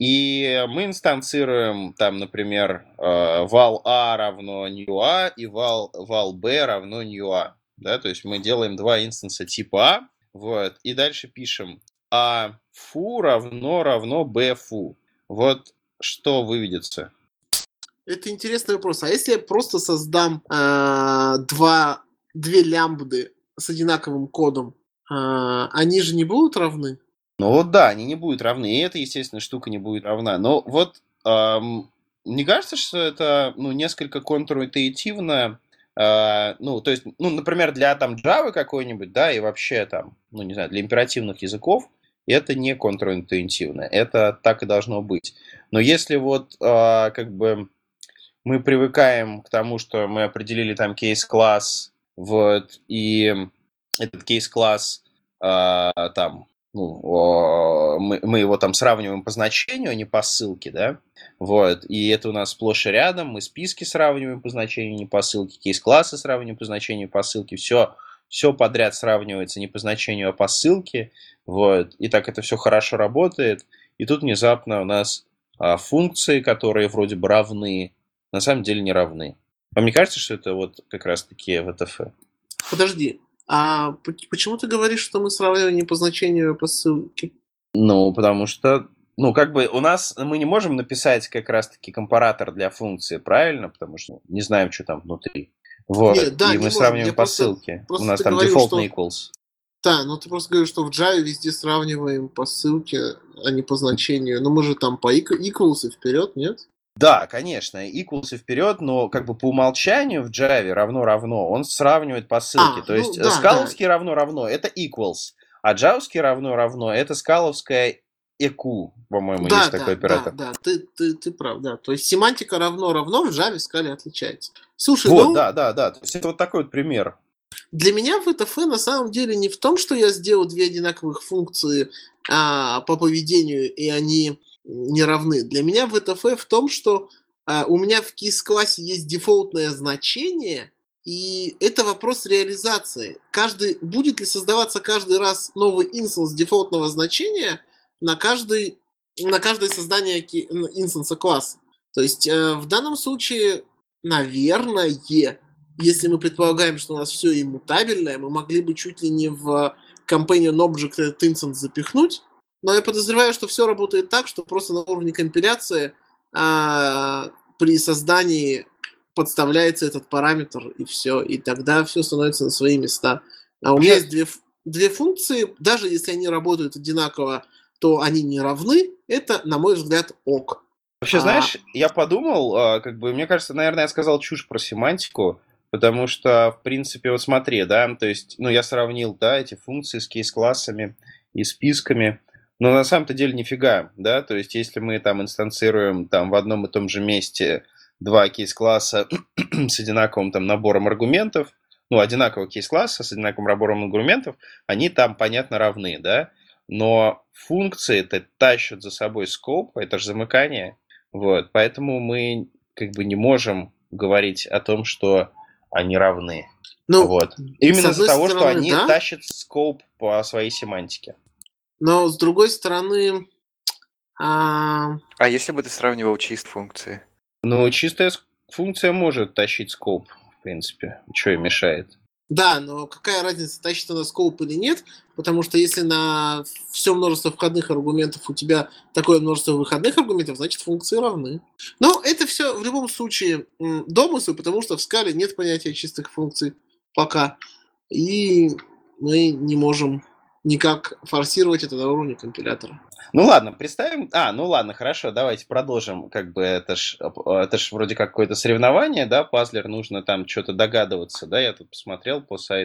И мы инстанцируем, там, например, val a равно new a и val, val b равно new a. Да? То есть мы делаем два инстанса типа a, вот, и дальше пишем a foo равно равно b foo. Вот что выведется. Это интересный вопрос. А если я просто создам э, два, две лямбды с одинаковым кодом, э, они же не будут равны? Ну вот да, они не будут равны, и эта, естественно, штука не будет равна. Но вот эм, мне кажется, что это ну, несколько контринтуитивно. Э, ну, то есть, ну, например, для там Java какой-нибудь, да, и вообще там, ну, не знаю, для императивных языков это не контринтуитивно. Это так и должно быть. Но если вот э, как бы мы привыкаем к тому, что мы определили там кейс-класс, вот, и этот кейс-класс э, там ну, мы, мы его там сравниваем по значению, а не по ссылке, да, вот, и это у нас сплошь и рядом, мы списки сравниваем по значению, не по ссылке, кейс-классы сравниваем по значению, по ссылке, все, все подряд сравнивается не по значению, а по ссылке, вот, и так это все хорошо работает, и тут внезапно у нас а, функции, которые вроде бы равны, на самом деле не равны. Вам не кажется, что это вот как раз-таки вэ тэ эф? Подожди. А почему ты говоришь, что мы сравниваем не по значению, а по ссылке? Ну, потому что, ну, как бы у нас, мы не можем написать как раз-таки компаратор для функции, правильно? Потому что не знаем, что там внутри. Вот, Нет, да, и не мы можем. сравниваем Я по просто- ссылке. просто У нас ты там говорил, default что- equals. Да, но ты просто говоришь, что в Java везде сравниваем по ссылке, а не по значению. Но мы же там по equ- equals и вперед, нет? Да, конечно, equals и вперед, но как бы по умолчанию в Java равно-равно, он сравнивает по ссылке. А, То ну есть да, скаловский равно-равно это equals, а джавовский равно-равно это скаловская eq, по-моему, да, есть да, такой да, оператор. да, ты, ты, ты прав, да. То есть семантика равно-равно в Java в скале отличается. Слушай, Вот, ну, да, да, да. То есть это вот такой вот пример. для меня вэ тэ эф на самом деле не в том, что я сделал две одинаковых функции а, по поведению, и они не равны. Для меня вэ тэ эф в том, что а, у меня в кейс-классе есть дефолтное значение, и это вопрос реализации. Каждый, будет ли создаваться каждый раз новый инстанс дефолтного значения на, каждый, на каждое создание ки- инстанса класса? То есть э, в данном случае, наверное, если мы предполагаем, что у нас все иммутабельное, мы могли бы чуть ли не в Companion Object этот инстанс запихнуть, но я подозреваю, что все работает так, что просто на уровне компиляции а, при создании подставляется этот параметр, и все, и тогда все становится на свои места. А у меня есть две, две функции, даже если они работают одинаково, то они не равны, это, на мой взгляд, ок. Вообще, А- знаешь, я подумал, а, как бы, мне кажется, наверное, я сказал чушь про семантику, потому что, в принципе, вот смотри, да, то есть, ну, я сравнил, да, эти функции с кейс-классами и списками, но на самом-то деле нифига, да, то есть, если мы там инстанцируем там в одном и том же месте два кейс-класса с одинаковым там набором аргументов, ну, одинакового кейс-класса с одинаковым набором аргументов, они там, понятно, равны, да, но функции-то тащат за собой скоп, это же замыкание, вот, поэтому мы как бы не можем говорить о том, что они равны. Ну, Вот. Именно с из-за одной того, что стороны, они да. тащат скоп по своей семантике. Но с другой стороны, а, А если бы ты сравнивал чист функции? Ну, чистая с- функция может тащить скоп, в принципе. Что ей мешает? да, но какая разница, тащит она скоуп или нет, потому что если на все множество входных аргументов у тебя такое множество выходных аргументов, значит функции равны. Но это все в любом случае м, домыслы, потому что в скале нет понятия чистых функций пока. И мы не можем никак форсировать это на уровне компилятора. Ну ладно, представим... А, ну ладно, хорошо, давайте продолжим. Как бы это ж, это ж вроде как какое-то соревнование, да, пазлер, нужно там что-то догадываться, да, я тут посмотрел по сайту.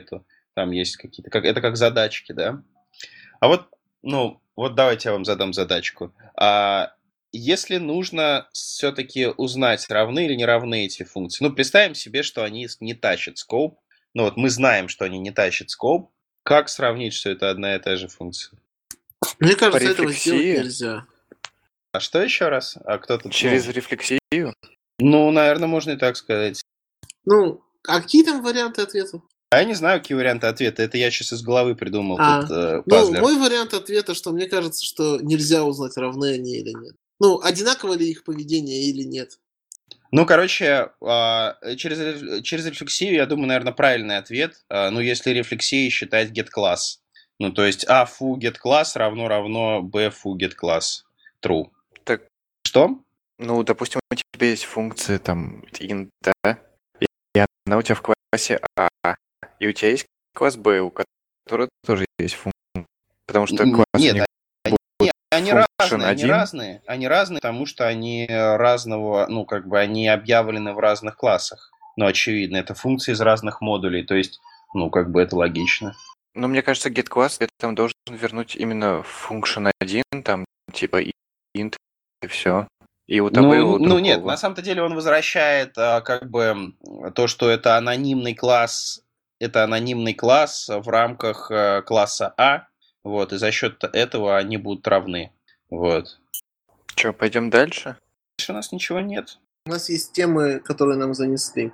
Там есть какие-то... Как, это как задачки, да? А вот, ну, вот давайте я вам задам задачку. А если нужно все-таки узнать, равны или не равны эти функции, ну, представим себе, что они не тащат скоп, ну, вот мы знаем, что они не тащат скоп, как сравнить, что это одна и та же функция? Мне кажется, По этого сделать рефлексии? нельзя. А что еще раз? А кто-то... Через ну, рефлексию? ну, наверное, можно и так сказать. Ну, а какие там варианты ответа? А я не знаю, какие варианты ответа. Это я сейчас из головы придумал. А, Тут э, Ну, Пазлер. мой вариант ответа, что мне кажется, что нельзя узнать, равны они или нет. Ну, одинаково ли их поведение или нет. Ну, короче, а, через, реф- через рефлексию, я думаю, наверное, правильный ответ. А, Ну, если рефлексией считать getClass. Ну, то есть а фу getClass равно равно b фу getClass. True. Так, Что? ну, допустим, у тебя есть функция там int, да, и и она у тебя в классе А, и у тебя есть класс Б, у которого тоже есть функция. Потому что Н- класс у Нет, них они, они function разные, они один. разные. Они разные, потому что они разного, ну, как бы они объявлены в разных классах. Ну, очевидно, это функции из разных модулей. То есть, ну, как бы это логично. Но мне кажется, getClass там должен вернуть именно function один, там типа int, и все. И у того, и Ну, у ну нет, другого. на самом-то деле он возвращает а, как бы м, то, что это анонимный класс, это анонимный класс в рамках э, класса А, вот, и за счет этого они будут равны, вот. Че, пойдем дальше? Дальше у нас ничего нет. У нас есть темы, которые нам занесли.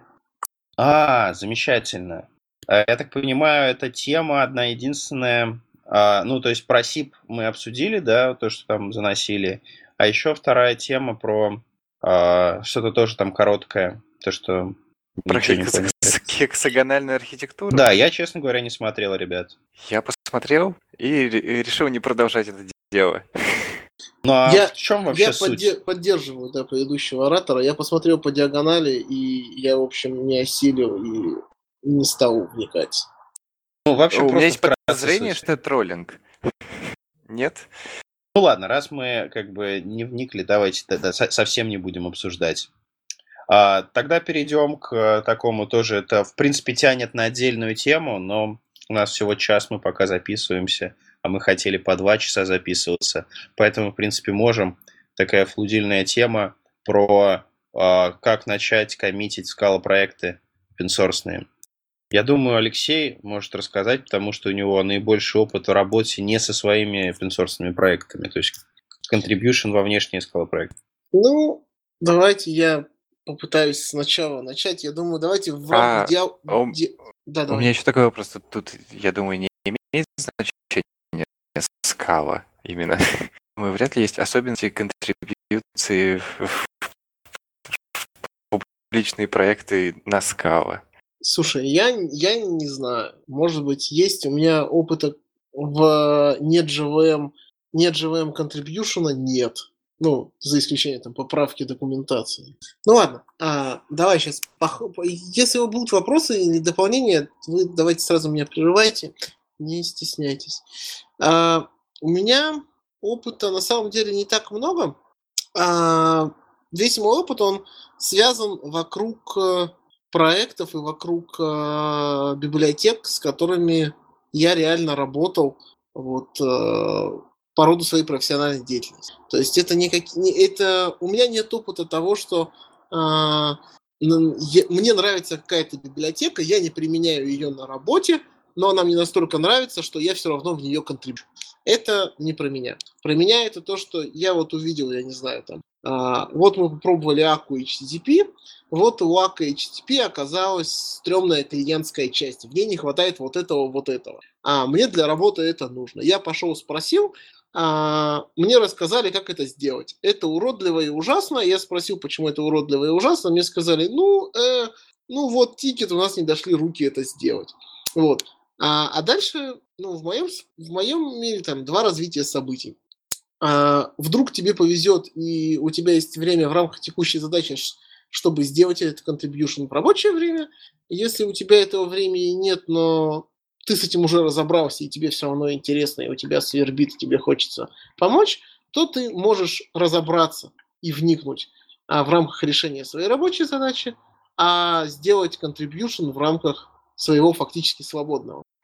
А, замечательно. А, Я так понимаю, эта тема одна единственная. А, ну, то есть про СИП мы обсудили, да, то, что там заносили. А еще вторая тема про а, что-то тоже там короткое, то, что Про ничего не гекс- понял. гексагональную архитектуру? Да, я, честно говоря, не смотрел, ребят. Я посмотрел и ре- решил не продолжать это дело. Ну, а Я- в чем вообще Я суть? подде- поддерживаю да, предыдущего оратора. Я посмотрел по диагонали, и я, в общем, не осилил и не стал вникать. Ну, вообще, У меня просто есть вкратце подозрение, суть. что это троллинг. Нет? Ну ладно, раз мы как бы не вникли, давайте тогда со- совсем не будем обсуждать. А, тогда перейдем к такому тоже, это в принципе тянет на отдельную тему, но у нас всего час, мы пока записываемся, а мы хотели по два часа записываться, поэтому в принципе можем. Такая флудильная тема про а, как начать коммитить скала-проекты open-source. Я думаю, Алексей может рассказать, потому что у него наибольший опыт в работе не со своими open-source проектами, то есть contribution во внешние скала-проекты. Ну, давайте я попытаюсь сначала начать. Я думаю, давайте в рамках А, диал... ом- ди- Да, У давай. меня еще такой вопрос. Тут, тут, я думаю, не имеет значения скала именно. Думаю, вряд ли есть особенности контрибьюции в в публичные проекты на скала. Слушай, я, я не знаю. Может быть, есть у меня опыта в нет джи ви эм, нет джи ви эм contribution нет. Ну, за исключением там поправки документации. Ну ладно, а, давай сейчас. Если будут вопросы или дополнения, вы давайте сразу меня прерывайте. Не стесняйтесь. А, у меня опыта на самом деле не так много. А, весь мой опыт, он связан вокруг э, проектов и вокруг э, библиотек, с которыми я реально работал вот, э, по роду своей профессиональной деятельности. То есть это не как, не, это у меня нет опыта того, что э, н- е- мне нравится какая-то библиотека, я не применяю ее на работе, но она мне настолько нравится, что я все равно в нее контрибью. Это не про меня. Про меня это то, что я вот увидел, я не знаю, там, а, вот мы попробовали Акку эйч ти ти пи, вот у Акка эйч ти ти пи оказалась стрёмная клиентская часть, в ней не хватает вот этого, вот этого. А мне для работы это нужно. Я пошел спросил, а, мне рассказали, как это сделать. Это уродливо и ужасно. Я спросил, почему это уродливо и ужасно. Мне сказали, ну, э, ну вот тикет, у нас не дошли руки это сделать. Вот. А, а дальше, ну, в моем, в моем мире там два развития событий. А, вдруг тебе повезет, и у тебя есть время в рамках текущей задачи, ш- чтобы сделать этот contribution в рабочее время. Если у тебя этого времени нет, но ты с этим уже разобрался, и тебе все равно интересно, и у тебя свербит, и тебе хочется помочь, то ты можешь разобраться и вникнуть а, в рамках решения своей рабочей задачи, а сделать contribution в рамках своего фактически свободного.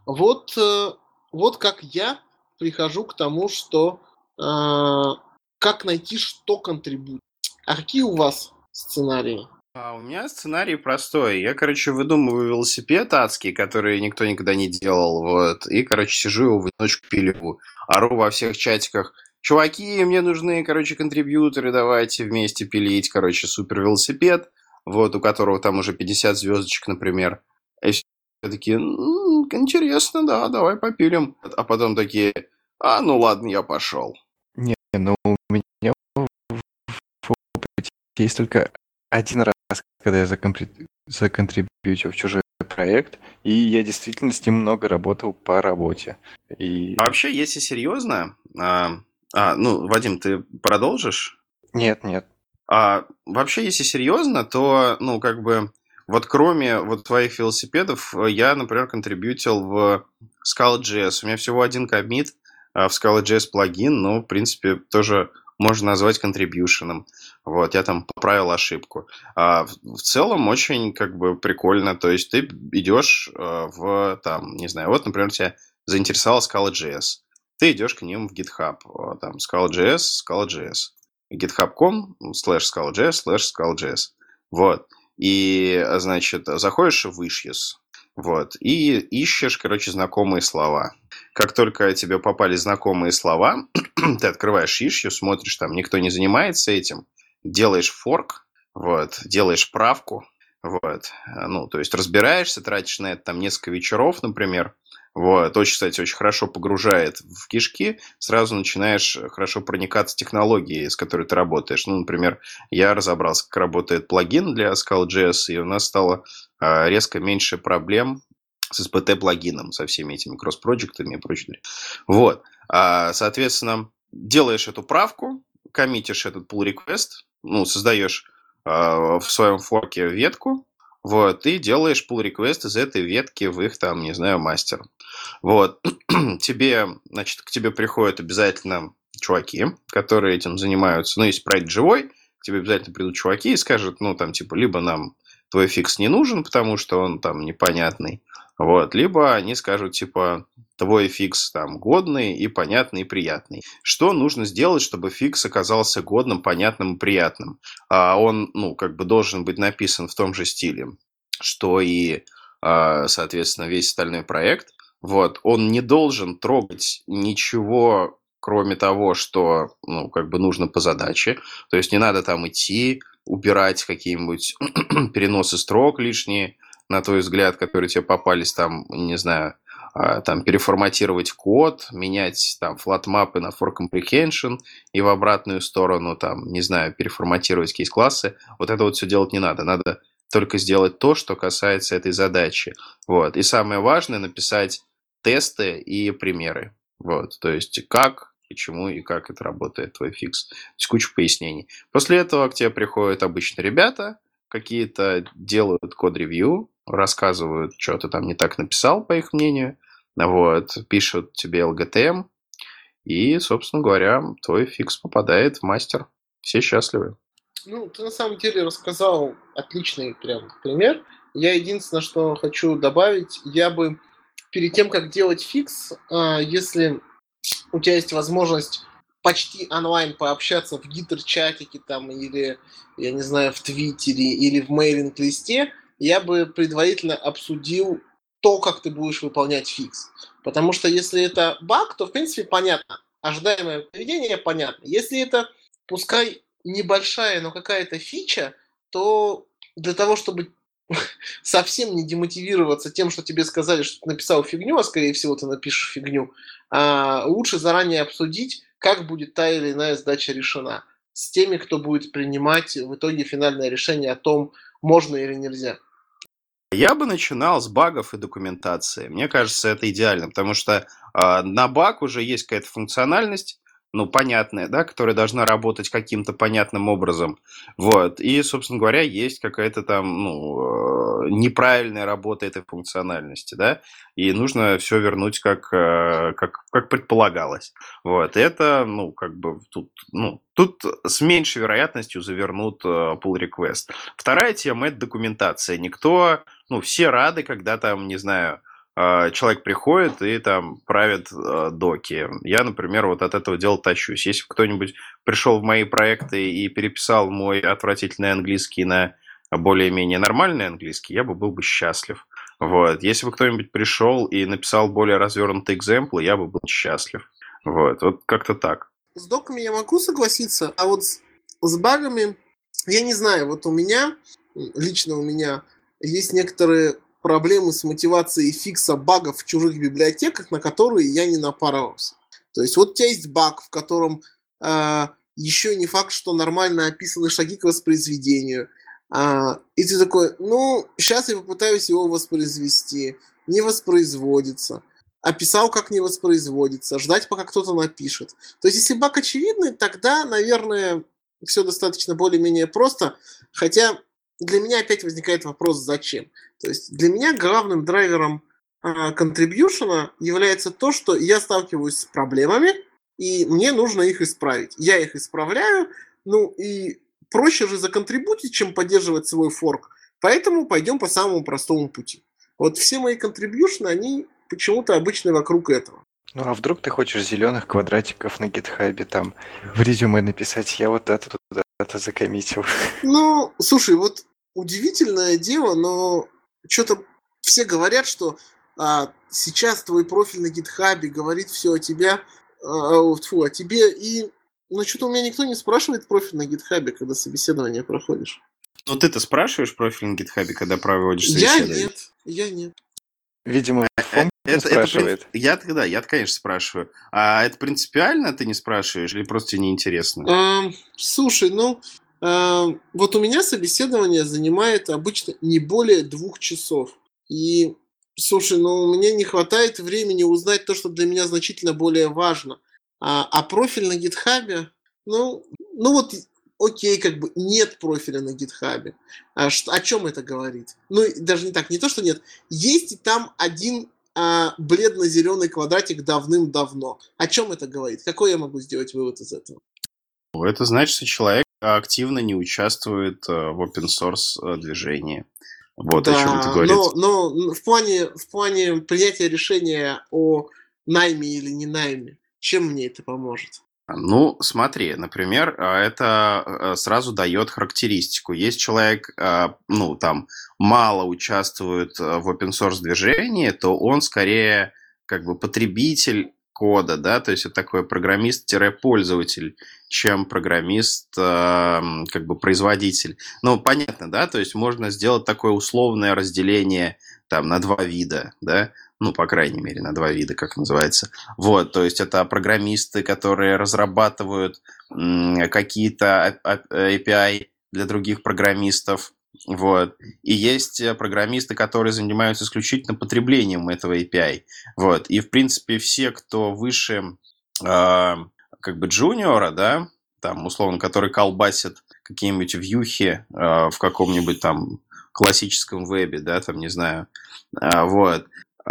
Вот, э, вот как я прихожу к тому, что э, как найти, что контрибьют. А какие у вас сценарии? А у меня сценарий простой. Я, короче, выдумываю велосипед адский, который никто никогда не делал, вот. И, короче, сижу его в одиночку пилю. Ору во всех чатиках. Чуваки, мне нужны, короче, контрибьюторы, давайте вместе пилить, короче, супер велосипед, вот, у которого там уже пятьдесят звездочек, например. И все такие, «М, интересно, да, давай попилим. А потом такие, а, ну ладно, я пошел. Не, ну у меня в опыте есть только один раз, когда я законтри- законтрибьютил в чужой проект, и я действительно с ним много работал по работе. И... А вообще, если серьезно, а, а, ну, Вадим, ты продолжишь? Нет, нет. А вообще, если серьезно, то, ну, как бы, вот кроме вот твоих велосипедов, я, например, контрибьютил в Scala.js. У меня всего один коммит а, в Scala.js плагин, но, в принципе, тоже можно назвать контрибьюшеном. Вот, я там поправил ошибку. А в, в целом очень, как бы, прикольно. То есть ты идешь а, в, там, не знаю, вот, например, тебя заинтересовал Scala.js. Ты идешь к ним в GitHub. а, Там, Scala.js, Scala.js. github.com slash scala.js slash scala.js. Вот. И, значит, заходишь в issues. Вот. И ищешь, короче, знакомые слова. Как только тебе попали знакомые слова, ты открываешь issue, смотришь, там никто не занимается этим, делаешь форк, вот, делаешь правку, вот. Ну, то есть разбираешься, тратишь на это там несколько вечеров, например. Вот. Очень, кстати, очень хорошо погружает в кишки. Сразу начинаешь хорошо проникаться технологией, с которой ты работаешь. Ну, например, я разобрался, как работает плагин для Scala.js, и у нас стало э, резко меньше проблем с эс пи ти-плагином, со всеми этими кросс-проджектами и прочее. Вот. А, соответственно, делаешь эту правку, коммитишь этот pull request, ну, создаешь э, в своем форке ветку, вот, и делаешь pull request из этой ветки в их, там, не знаю, мастер. Вот. Тебе, значит, к тебе приходят обязательно чуваки, которые этим занимаются. Ну, если проект живой, к тебе обязательно придут чуваки и скажут, ну, там, типа, либо нам твой фикс не нужен, потому что он там непонятный, вот, либо они скажут, типа, твой фикс там годный и понятный и приятный. Что нужно сделать, чтобы фикс оказался годным, понятным и приятным? А он, ну, как бы должен быть написан в том же стиле, что и, соответственно, весь остальной проект. Вот, он не должен трогать ничего, кроме того, что, ну, как бы нужно по задаче. То есть не надо там идти, убирать какие-нибудь переносы строк лишние, на твой взгляд, которые тебе попались там, не знаю, там переформатировать код, менять там флатмапы на for comprehension и в обратную сторону, там, не знаю, переформатировать кейс-классы. Вот это вот все делать не надо. Надо только сделать то, что касается этой задачи. Вот. И самое важное — написать тесты и примеры. Вот. То есть как, почему и как это работает, твой фикс. То есть куча пояснений. После этого к тебе приходят обычно ребята, какие-то делают код-ревью, рассказывают, что ты там не так написал, по их мнению. Вот. Пишут тебе эл джи ти эм. И, собственно говоря, твой фикс попадает в мастер. Все счастливы. Ну, ты на самом деле рассказал отличный прям пример. Я единственное, что хочу добавить, я бы перед тем, как делать фикс, если у тебя есть возможность почти онлайн пообщаться в гитер-чатике там, или, я не знаю, в Твиттере или в мейлинг-листе, я бы предварительно обсудил то, как ты будешь выполнять фикс. Потому что если это баг, то, в принципе, понятно. Ожидаемое поведение понятно. Если это, пускай небольшая, но какая-то фича, то для того, чтобы совсем не демотивироваться тем, что тебе сказали, что ты написал фигню, а скорее всего ты напишешь фигню, а лучше заранее обсудить, как будет та или иная задача решена с теми, кто будет принимать в итоге финальное решение о том, можно или нельзя. Я бы начинал с багов и документации. Мне кажется, это идеально, потому что э, на баг уже есть какая-то функциональность, ну, понятная, да, которая должна работать каким-то понятным образом. Вот. И, собственно говоря, есть какая-то там, ну, неправильная работа этой функциональности, да, и нужно все вернуть как, как, как предполагалось. Вот. И это, ну, как бы тут, ну, тут с меньшей вероятностью завернут pull request. Вторая тема — это документация. Никто, ну, все рады, когда там, не знаю, э, человек приходит и там правит э, доки. Я, например, вот от этого дела тащусь. Если бы кто-нибудь пришел в мои проекты и переписал мой отвратительный английский на более-менее нормальный английский, я бы был бы счастлив. Вот. Если бы кто-нибудь пришел и написал более развернутые экземплы, я бы был счастлив. Вот, вот как-то так. С доками я могу согласиться, а вот с, с багами, я не знаю, вот у меня, лично у меня, есть некоторые проблемы с мотивацией фикса багов в чужих библиотеках, на которые я не напарывался. То есть вот у тебя есть баг, в котором э, еще не факт, что нормально описаны шаги к воспроизведению. А, и ты такой, ну, сейчас я попытаюсь его воспроизвести. Не воспроизводится. Описал, как не воспроизводится. Ждать, пока кто-то напишет. То есть, если баг очевидный, тогда, наверное, все достаточно более-менее просто. Хотя для меня опять возникает вопрос, зачем. То есть, для меня главным драйвером контрибьюшена является то, что я сталкиваюсь с проблемами, и мне нужно их исправить. Я их исправляю, ну и проще же законтрибутить, чем поддерживать свой форк. Поэтому пойдем по самому простому пути. Вот все мои контрибьюшны, они почему-то обычно вокруг этого. Ну а вдруг ты хочешь зеленых квадратиков на гитхабе там в резюме написать, я вот это туда это закоммитил. Ну, слушай, вот удивительное дело, но что-то все говорят, что а, сейчас твой профиль на гитхабе говорит все о тебе, а, фу, о тебе, и ну что-то у меня никто не спрашивает профиль на гитхабе, когда собеседование проходишь. Ну ты-то спрашиваешь профиль на гитхабе, когда проводишь собеседование? Я нет, я нет. Видимо, это, это, спрашивает. Это, я тогда, я конечно спрашиваю. А это принципиально ты не спрашиваешь или просто тебе неинтересно? А, слушай, ну а, вот у меня собеседование занимает обычно не более двух часов. И слушай, ну у меня не хватает времени узнать то, что для меня значительно более важно. А, а профиль на гитхабе, ну, ну вот, окей, как бы нет профиля на гитхабе. А, что, о чем это говорит? Ну, даже не так, не то, что нет. Есть и там один а, бледно-зеленый квадратик давным-давно. О чем это говорит? Какой я могу сделать вывод из этого? Это значит, что человек активно не участвует в open-source движении. Вот да, о чем это говорит. Но, но в, плане, в плане принятия решения о найме или не найме, чем мне это поможет? Ну, смотри, например, это сразу дает характеристику. Есть человек, ну, там, мало участвует в open-source движении, то он скорее как бы потребитель кода, да, то есть это такой программист-пользователь, чем программист, как бы производитель. Ну, понятно, да, то есть можно сделать такое условное разделение там на два вида, да, ну, по крайней мере, на два вида, как называется. Вот, то есть это программисты, которые разрабатывают м, какие-то эй пи ай для других программистов, вот. И есть программисты, которые занимаются исключительно потреблением этого эй пи ай, вот. И, в принципе, все, кто выше э, как бы джуниора, да, там, условно, который колбасит какие-нибудь вьюхи э, в каком-нибудь там классическом вебе, да, там, не знаю, э, вот,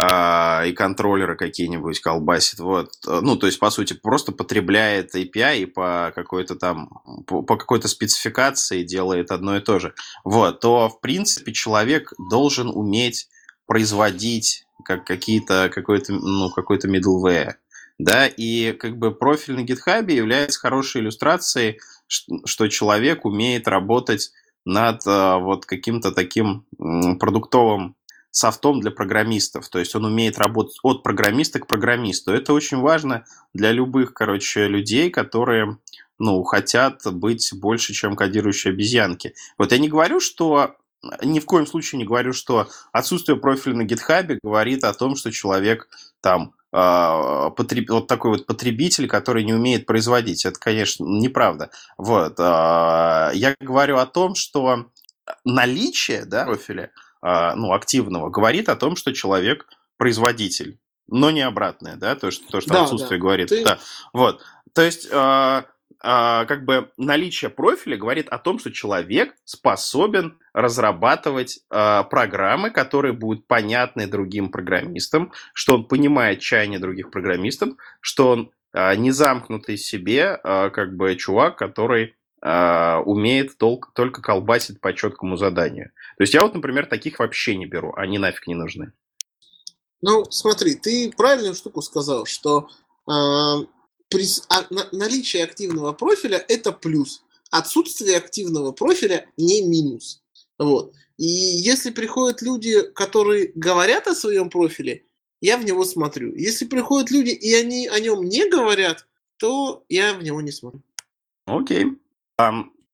и контроллеры какие-нибудь колбасит, вот, ну, то есть, по сути, просто потребляет эй пи ай и по какой-то там, по, по какой-то спецификации делает одно и то же, вот, то, в принципе, человек должен уметь производить как какие-то, какой-то, ну, какой-то middleware, да, и как бы профиль на GitHub является хорошей иллюстрацией, что человек умеет работать над вот каким-то таким продуктовым софтом для программистов. То есть он умеет работать от программиста к программисту. Это очень важно для любых, короче, людей, которые, ну, хотят быть больше, чем кодирующие обезьянки. Вот я не говорю, что... Ни в коем случае не говорю, что отсутствие профиля на GitHub говорит о том, что человек там э, потреб... вот такой вот потребитель, который не умеет производить. Это, конечно, неправда. Вот. Э, я говорю о том, что наличие, да, профиля, ну, активного, говорит о том, что человек производитель, но не обратное, да, то, что, то, что да, отсутствие да. говорит. Ты... Да. Вот. То есть, э, э, как бы наличие профиля говорит о том, что человек способен разрабатывать э, программы, которые будут понятны другим программистам, что он понимает чаяния других программистов, что он э, не замкнутый себе, э, как бы чувак, который Uh, умеет тол- только колбасить по четкому заданию. То есть я вот, например, таких вообще не беру, они нафиг не нужны. Ну, смотри, ты правильную штуку сказал, что э, при, а, на, наличие активного профиля – это плюс. Отсутствие активного профиля не минус. Вот. И если приходят люди, которые говорят о своем профиле, я в него смотрю. Если приходят люди, и они о нем не говорят, то я в него не смотрю. Окей. А,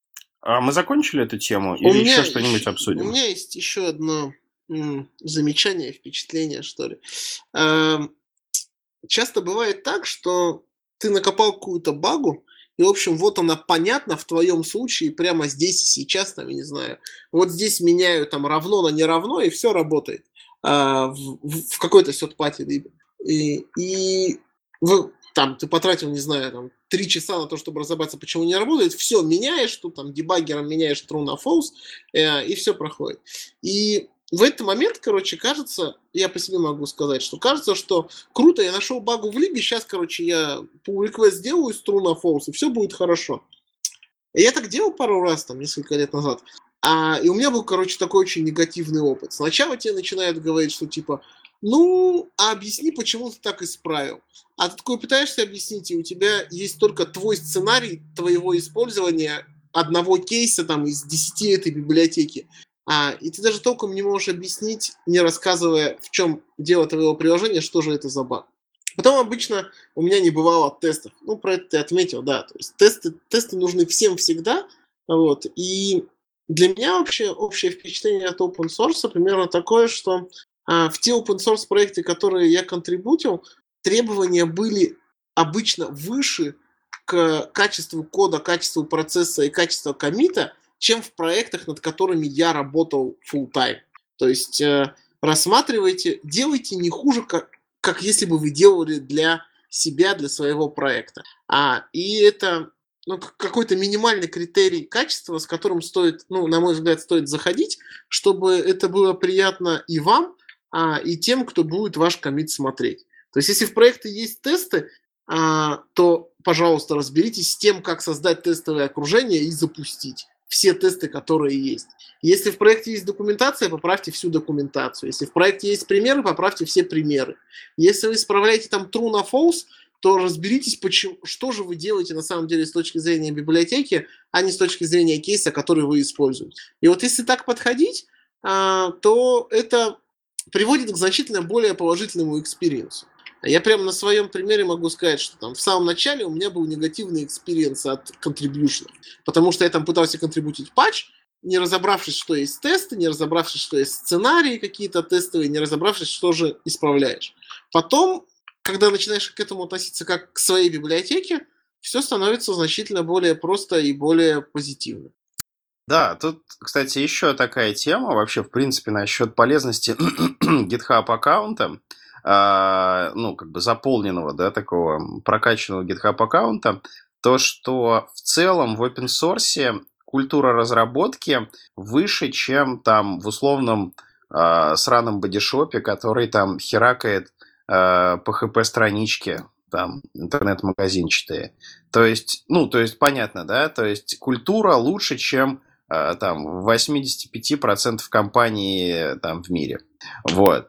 а мы закончили эту тему? Или У меня еще что-нибудь еще- обсудим? У меня есть еще одно м, замечание, впечатление, что ли. Эм, Часто бывает так, что ты накопал какую-то багу, и, в общем, вот она понятна в твоем случае прямо здесь и сейчас, там, я не знаю. Вот здесь меняю там равно на не равно, и все работает а, в, в- в какой-то сетпате либо. И, и в- там ты потратил, не знаю, там, три часа на то, чтобы разобраться, почему не работает, все меняешь, тут там дебаггером меняешь true на false, э, и все проходит. И в этот момент, короче, кажется, я по себе могу сказать, что кажется, что круто, я нашел багу в либе, сейчас, короче, я pull request сделаю из true на false, и все будет хорошо. И я так делал пару раз, там, несколько лет назад. А, и у меня был, короче, такой очень негативный опыт. Сначала тебе начинают говорить, что типа, ну, а объясни, почему ты так исправил. А ты такой пытаешься объяснить, и у тебя есть только твой сценарий твоего использования одного кейса там из десяти этой библиотеки. А, и ты даже толком не можешь объяснить, не рассказывая, в чем дело твоего приложения, что же это за баг. Потом обычно у меня не бывало тестов. Ну, про это ты отметил, да. То есть тесты, тесты нужны всем всегда. Вот. И для меня вообще общее впечатление от open source примерно такое, что а, в те open source проекты, которые я контрибутил, требования были обычно выше к качеству кода, качеству процесса и качеству коммита, чем в проектах, над которыми я работал full-time. То есть э, рассматривайте, делайте не хуже, как, как если бы вы делали для себя, для своего проекта. А, и это ну, какой-то минимальный критерий качества, с которым стоит, ну, на мой взгляд, стоит заходить, чтобы это было приятно и вам, а, и тем, кто будет ваш коммит смотреть. То есть, если в проекте есть тесты, а, то, пожалуйста, разберитесь с тем, как создать тестовое окружение и запустить все тесты, которые есть. Если в проекте есть документация, поправьте всю документацию. Если в проекте есть примеры, поправьте все примеры. Если вы исправляете там true на false, то разберитесь, почему, что же вы делаете на самом деле с точки зрения библиотеки, а не с точки зрения кейса, который вы используете. И вот если так подходить, то это приводит к значительно более положительному экспириенсу. Я прямо на своем примере могу сказать, что там в самом начале у меня был негативный экспириенс от contribution, потому что я там пытался контрибутить патч, не разобравшись, что есть тесты, не разобравшись, что есть сценарии какие-то тестовые, не разобравшись, что же исправляешь. Потом, когда начинаешь к этому относиться как к своей библиотеке, все становится значительно более просто и более позитивно. Да, тут, кстати, еще такая тема, вообще, в принципе, насчет полезности GitHub аккаунта, э, ну, как бы заполненного, да, такого прокачанного GitHub аккаунта, то, что в целом в open source культура разработки выше, чем там в условном э, сраном бодишопе, который там херакает э, пи эйч пи-странички, там, интернет-магазинчатые. То есть, ну, то есть, понятно, да, то есть культура лучше, чем э, там восемьдесят пять процентов компаний там в мире. Вот.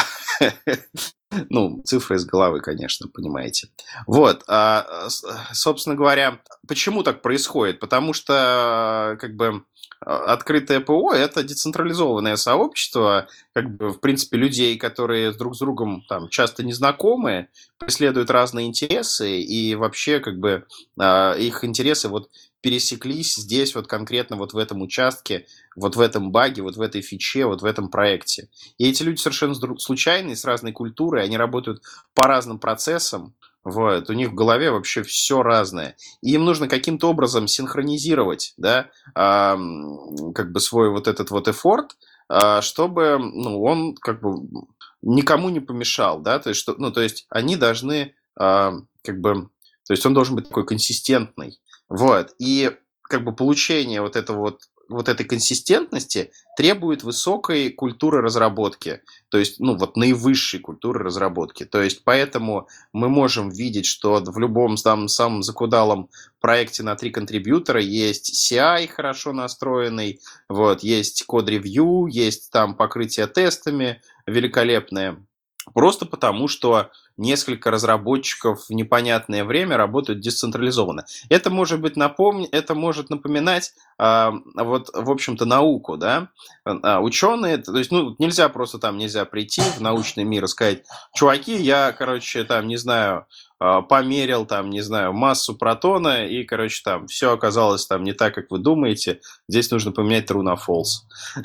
Ну, цифры из головы, конечно, понимаете. Вот, а, собственно говоря, почему так происходит? Потому что, как бы, открытое ПО – это децентрализованное сообщество, как бы, в принципе, людей, которые друг с другом там часто не знакомы, преследуют разные интересы, и вообще, как бы, их интересы вот пересеклись здесь вот конкретно вот в этом участке, вот в этом баге, вот в этой фиче, вот в этом проекте. И эти люди совершенно случайные, с разной культурой, они работают по разным процессам, вот, у них в голове вообще все разное. И им нужно каким-то образом синхронизировать, да, э, как бы свой вот этот вот эфорт, э, чтобы, ну, он как бы никому не помешал, да, то есть, что, ну, то есть они должны, э, как бы, то есть он должен быть такой консистентный. Вот, и как бы получение вот этого вот, вот этой консистентности требует высокой культуры разработки, то есть, ну, вот наивысшей культуры разработки. То есть, поэтому мы можем видеть, что в любом там самом закудалом проекте на три контрибьютора есть си ай хорошо настроенный, вот, есть код-ревью, есть там покрытие тестами великолепное. просто потому, что несколько разработчиков в непонятное время работают децентрализованно. Это может быть напомни... это может напоминать а, вот, в общем-то, науку, да? А, ученые, то есть, ну, нельзя просто там, нельзя прийти в научный мир и сказать: чуваки, я, короче, там, не знаю, померил, там, не знаю, массу протона, и, короче, там, все оказалось там не так, как вы думаете, здесь нужно поменять true на false.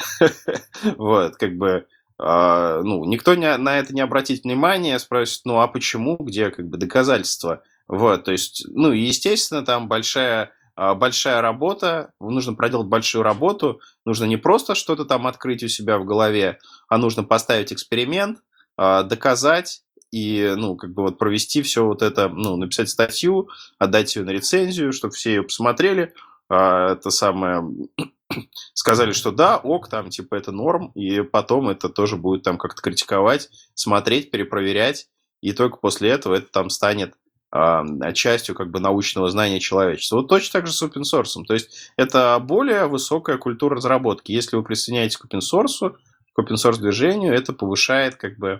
Вот, как бы, ну, никто на это не обратит внимания, спросит: ну, а почему, где, как бы, доказательства? Вот, то есть, ну, естественно, там большая, большая работа, нужно проделать большую работу, нужно не просто что-то там открыть у себя в голове, а нужно поставить эксперимент, доказать, и, ну, как бы вот провести все вот это, ну, написать статью, отдать ее на рецензию, чтобы все ее посмотрели, а, это самое, сказали, что да, ок, там, типа, это норм, и потом это тоже будет там как-то критиковать, смотреть, перепроверять, и только после этого это там станет а, частью, как бы, научного знания человечества. Вот точно так же с open source. То есть это более высокая культура разработки. Если вы присоединяетесь к open source, к open source движению, это повышает, как бы,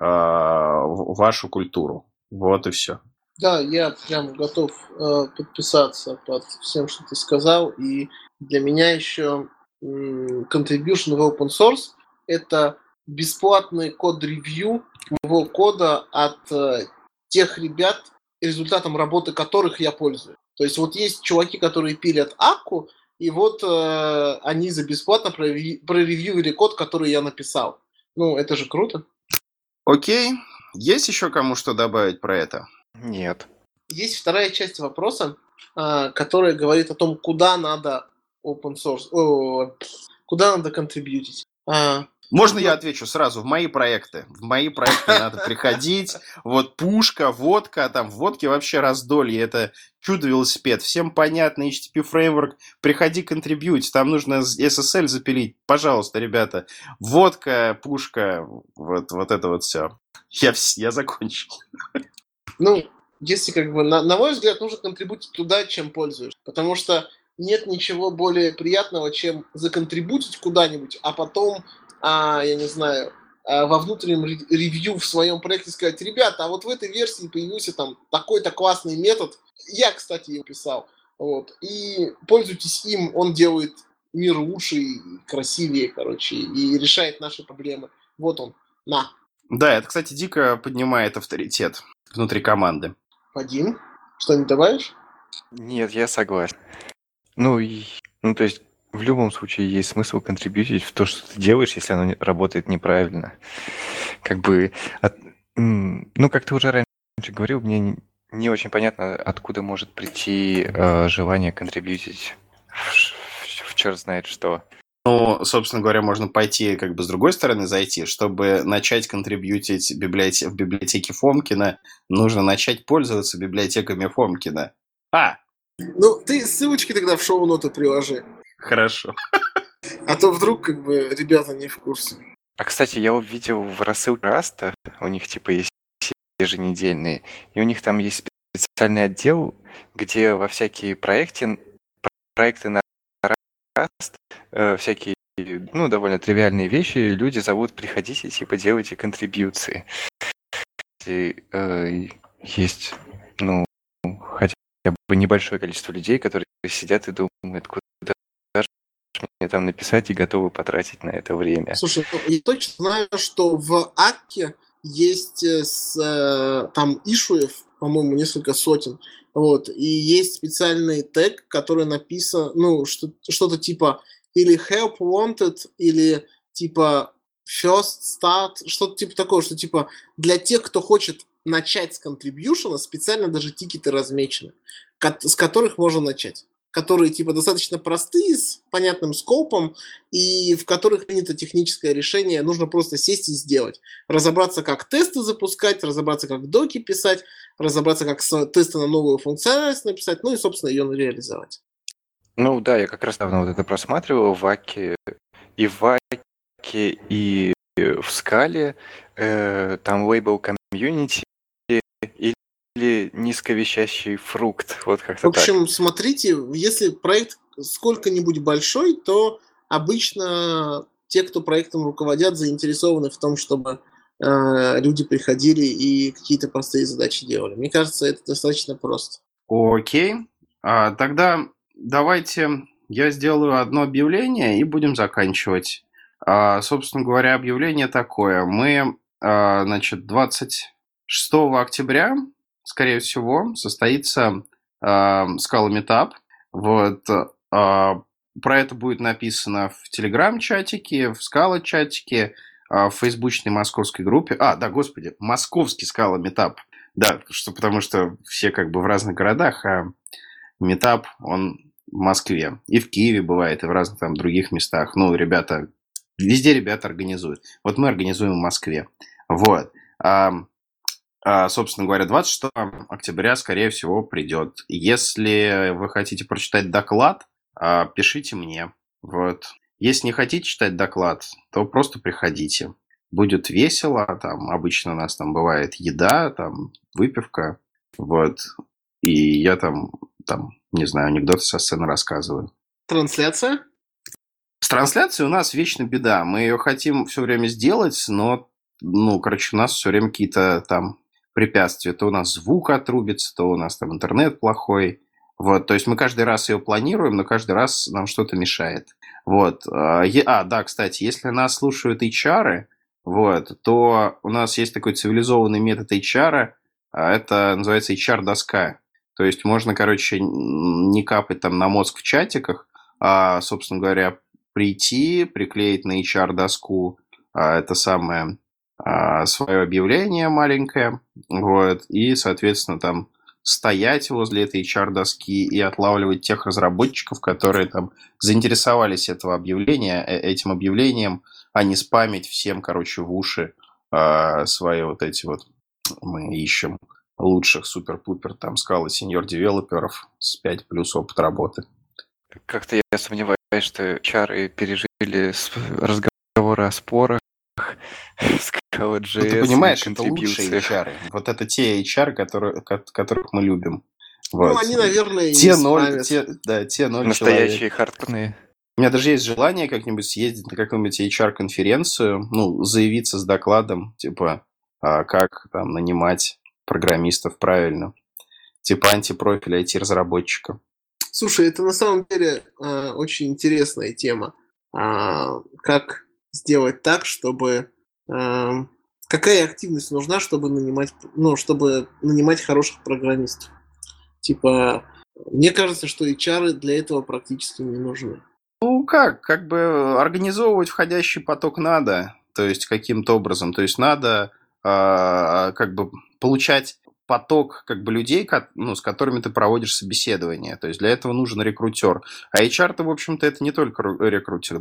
вашу культуру. Вот и все. Да, я прям готов э, подписаться под всем, что ты сказал. И для меня еще м, contribution в open source — это бесплатный код-ревью моего кода от э, тех ребят, результатом работы которых я пользуюсь. То есть вот есть чуваки, которые пилят Акку, и вот э, они за бесплатно проревьюили код, который я написал. Ну, это же круто. Окей. Есть еще кому что добавить про это? Нет. Есть вторая часть вопроса, которая говорит о том, куда надо open source, о, куда надо контрибьютить. Можно я отвечу сразу? В мои проекты. В мои проекты надо приходить. Вот пушка, водка. Там в водке вообще раздолье. Это чудо-велосипед. Всем понятно. эйч ти ти пи фреймворк. Приходи, контрибьють. Там нужно эс эс эль запилить. Пожалуйста, ребята. Водка, пушка. Вот, вот это вот все. Я, я закончил. Ну, если как бы, на, на мой взгляд, нужно контрибьютить туда, чем пользуешься. Потому что нет ничего более приятного, чем законтрибьютить куда-нибудь, а потом... А, я не знаю, а, во внутреннем ревью в своем проекте сказать: ребята, а вот в этой версии появился там такой-то классный метод, я, кстати, его писал, вот, и пользуйтесь им, он делает мир лучше и красивее, короче, и решает наши проблемы. Вот он, на. Да, это, кстати, дико поднимает авторитет внутри команды. Вадим, что-нибудь добавишь? Нет, я согласен. Ну, и, ну, то есть, в любом случае есть смысл контрибьютить в то, что ты делаешь, если оно работает неправильно. Как бы, от, ну, как ты уже раньше говорил, мне не, не очень понятно, откуда может прийти э, желание контрибьютить в, в черт знает что. Ну, собственно говоря, можно пойти как бы с другой стороны зайти. Чтобы начать контрибьютить библиотек... в библиотеке Фомкина, нужно начать пользоваться библиотеками Фомкина. А! Ну, ты ссылочки тогда в шоу-ноты приложи. Хорошо. А то вдруг, как бы, ребята не в курсе. А, кстати, я увидел в рассылке Раста, у них типа есть еженедельные, и у них там есть специальный отдел, где во всякие проекты, проекты на Раст, э, всякие, ну, довольно тривиальные вещи люди зовут: приходите, типа, делайте контрибьюции. И, э, есть, ну, хотя бы небольшое количество людей, которые сидят и думают, куда мне там написать, и готовы потратить на это время. Слушай, я точно знаю, что в Акке есть с, там ишуев, по-моему, несколько сотен, вот, и есть специальный тег, который написан, ну, что, что-то типа или help wanted, или типа first start, что-то типа такого, что типа для тех, кто хочет начать с контрибьюшена, специально даже тикеты размечены, с которых можно начать, которые типа достаточно простые, с понятным скопом, и в которых принято техническое решение, нужно просто сесть и сделать. Разобраться, как тесты запускать, разобраться, как доки писать, разобраться, как тесты на новую функциональность написать, ну и, собственно, ее реализовать. Ну да, я как раз давно вот это просматривал в Аке, и в Аке, и в Скале, э, там лейбл комьюнити или низковещащий фрукт, вот как-то. В общем, так. Смотрите, если проект сколько-нибудь большой, то обычно те, кто проектом руководят, заинтересованы в том, чтобы э, люди приходили и какие-то простые задачи делали. Мне кажется, это достаточно просто. Окей. А, тогда давайте я сделаю одно объявление и будем заканчивать. А, собственно говоря, объявление такое. Мы, а, значит, двадцать шестого октября, скорее всего, состоится а, Scala Meetup. Вот. А, про это будет написано в Telegram-чатике, в Scala-чатике, а, в фейсбучной московской группе. А, да, господи, московский Scala Meetup. Да, что, потому что все как бы в разных городах, а Meetup, он в Москве. И в Киеве бывает, и в разных там других местах. Ну, ребята, везде ребята организуют. Вот мы организуем в Москве. Вот. А, а, собственно говоря, двадцать шестого октября, скорее всего, придет. Если вы хотите прочитать доклад, а, пишите мне. Вот. Если не хотите читать доклад, то просто приходите. Будет весело. Там обычно у нас там бывает еда, там выпивка. Вот. И я там, там, не знаю, анекдоты со сцены рассказываю. Трансляция? С трансляцией у нас вечно беда. Мы ее хотим все время сделать, но, ну, короче, у нас все время какие-то там препятствия. То у нас звук отрубится, то у нас там интернет плохой. Вот, то есть мы каждый раз ее планируем, но каждый раз нам что-то мешает. Вот. А, да, кстати, если нас слушают эйч ар, вот, то у нас есть такой цивилизованный метод эйч ар, это называется эйч ар-доска. То есть можно, короче, не капать там на мозг в чатиках, а, собственно говоря, прийти, приклеить на эйч ар-доску а, это самое а, свое объявление маленькое, вот, и, соответственно, там стоять возле этой эйч ар-доски и отлавливать тех разработчиков, которые там заинтересовались этого объявления, этим объявлением, а не спамить всем, короче, в уши а, свои вот эти вот. Мы ищем лучших супер-пупер там Scala сеньор-девелоперов с пять плюс опыт работы. Как-то я сомневаюсь, что эйч ар пережили разговоры о спорах, Scala.js. Ну, ты понимаешь, это лучшие эйч ар. Вот это те эйч ар, которые, которых мы любим. Вот. Ну, они, наверное, те ноль, те, да, те ноль настоящие хардкорные. У меня даже есть желание как-нибудь съездить на какую-нибудь эйч ар-конференцию, ну, заявиться с докладом, типа, как там нанимать программистов правильно. Типа антипрофиль ай ти-разработчика. Слушай, это на самом деле э, очень интересная тема. А, как сделать так, чтобы... Э, какая активность нужна, чтобы нанимать, ну, чтобы нанимать хороших программистов? Типа, мне кажется, что эйч ар для этого практически не нужны. Ну как, как бы организовывать входящий поток надо, то есть каким-то образом. То есть надо э, как бы получать поток как бы людей, ну, с которыми ты проводишь собеседование. То есть для этого нужен рекрутер. А эйч ар-то, в общем-то, это не только рекрутер.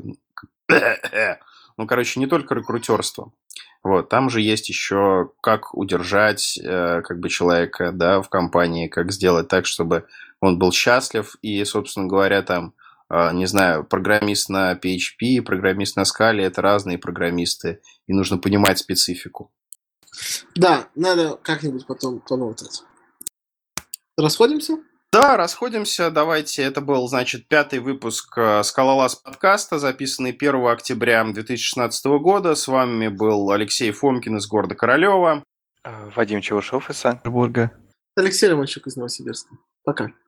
Ну, короче, не только рекрутерство. Вот, там же есть еще как удержать э, как бы человека, да, в компании, как сделать так, чтобы он был счастлив и, собственно говоря, там, э, не знаю, программист на пи эйч пи, программист на Scala — это разные программисты, и нужно понимать специфику. Да, надо как-нибудь потом помотать. Расходимся? Да, расходимся. Давайте. Это был, значит, пятый выпуск Скалолаз подкаста, записанный первого октября две тысячи шестнадцатого года. С вами был Алексей Фомкин из города Королева. Вадим Чевушов из Санкт-Петербурга. Алексей Романчук из Новосибирска. Пока.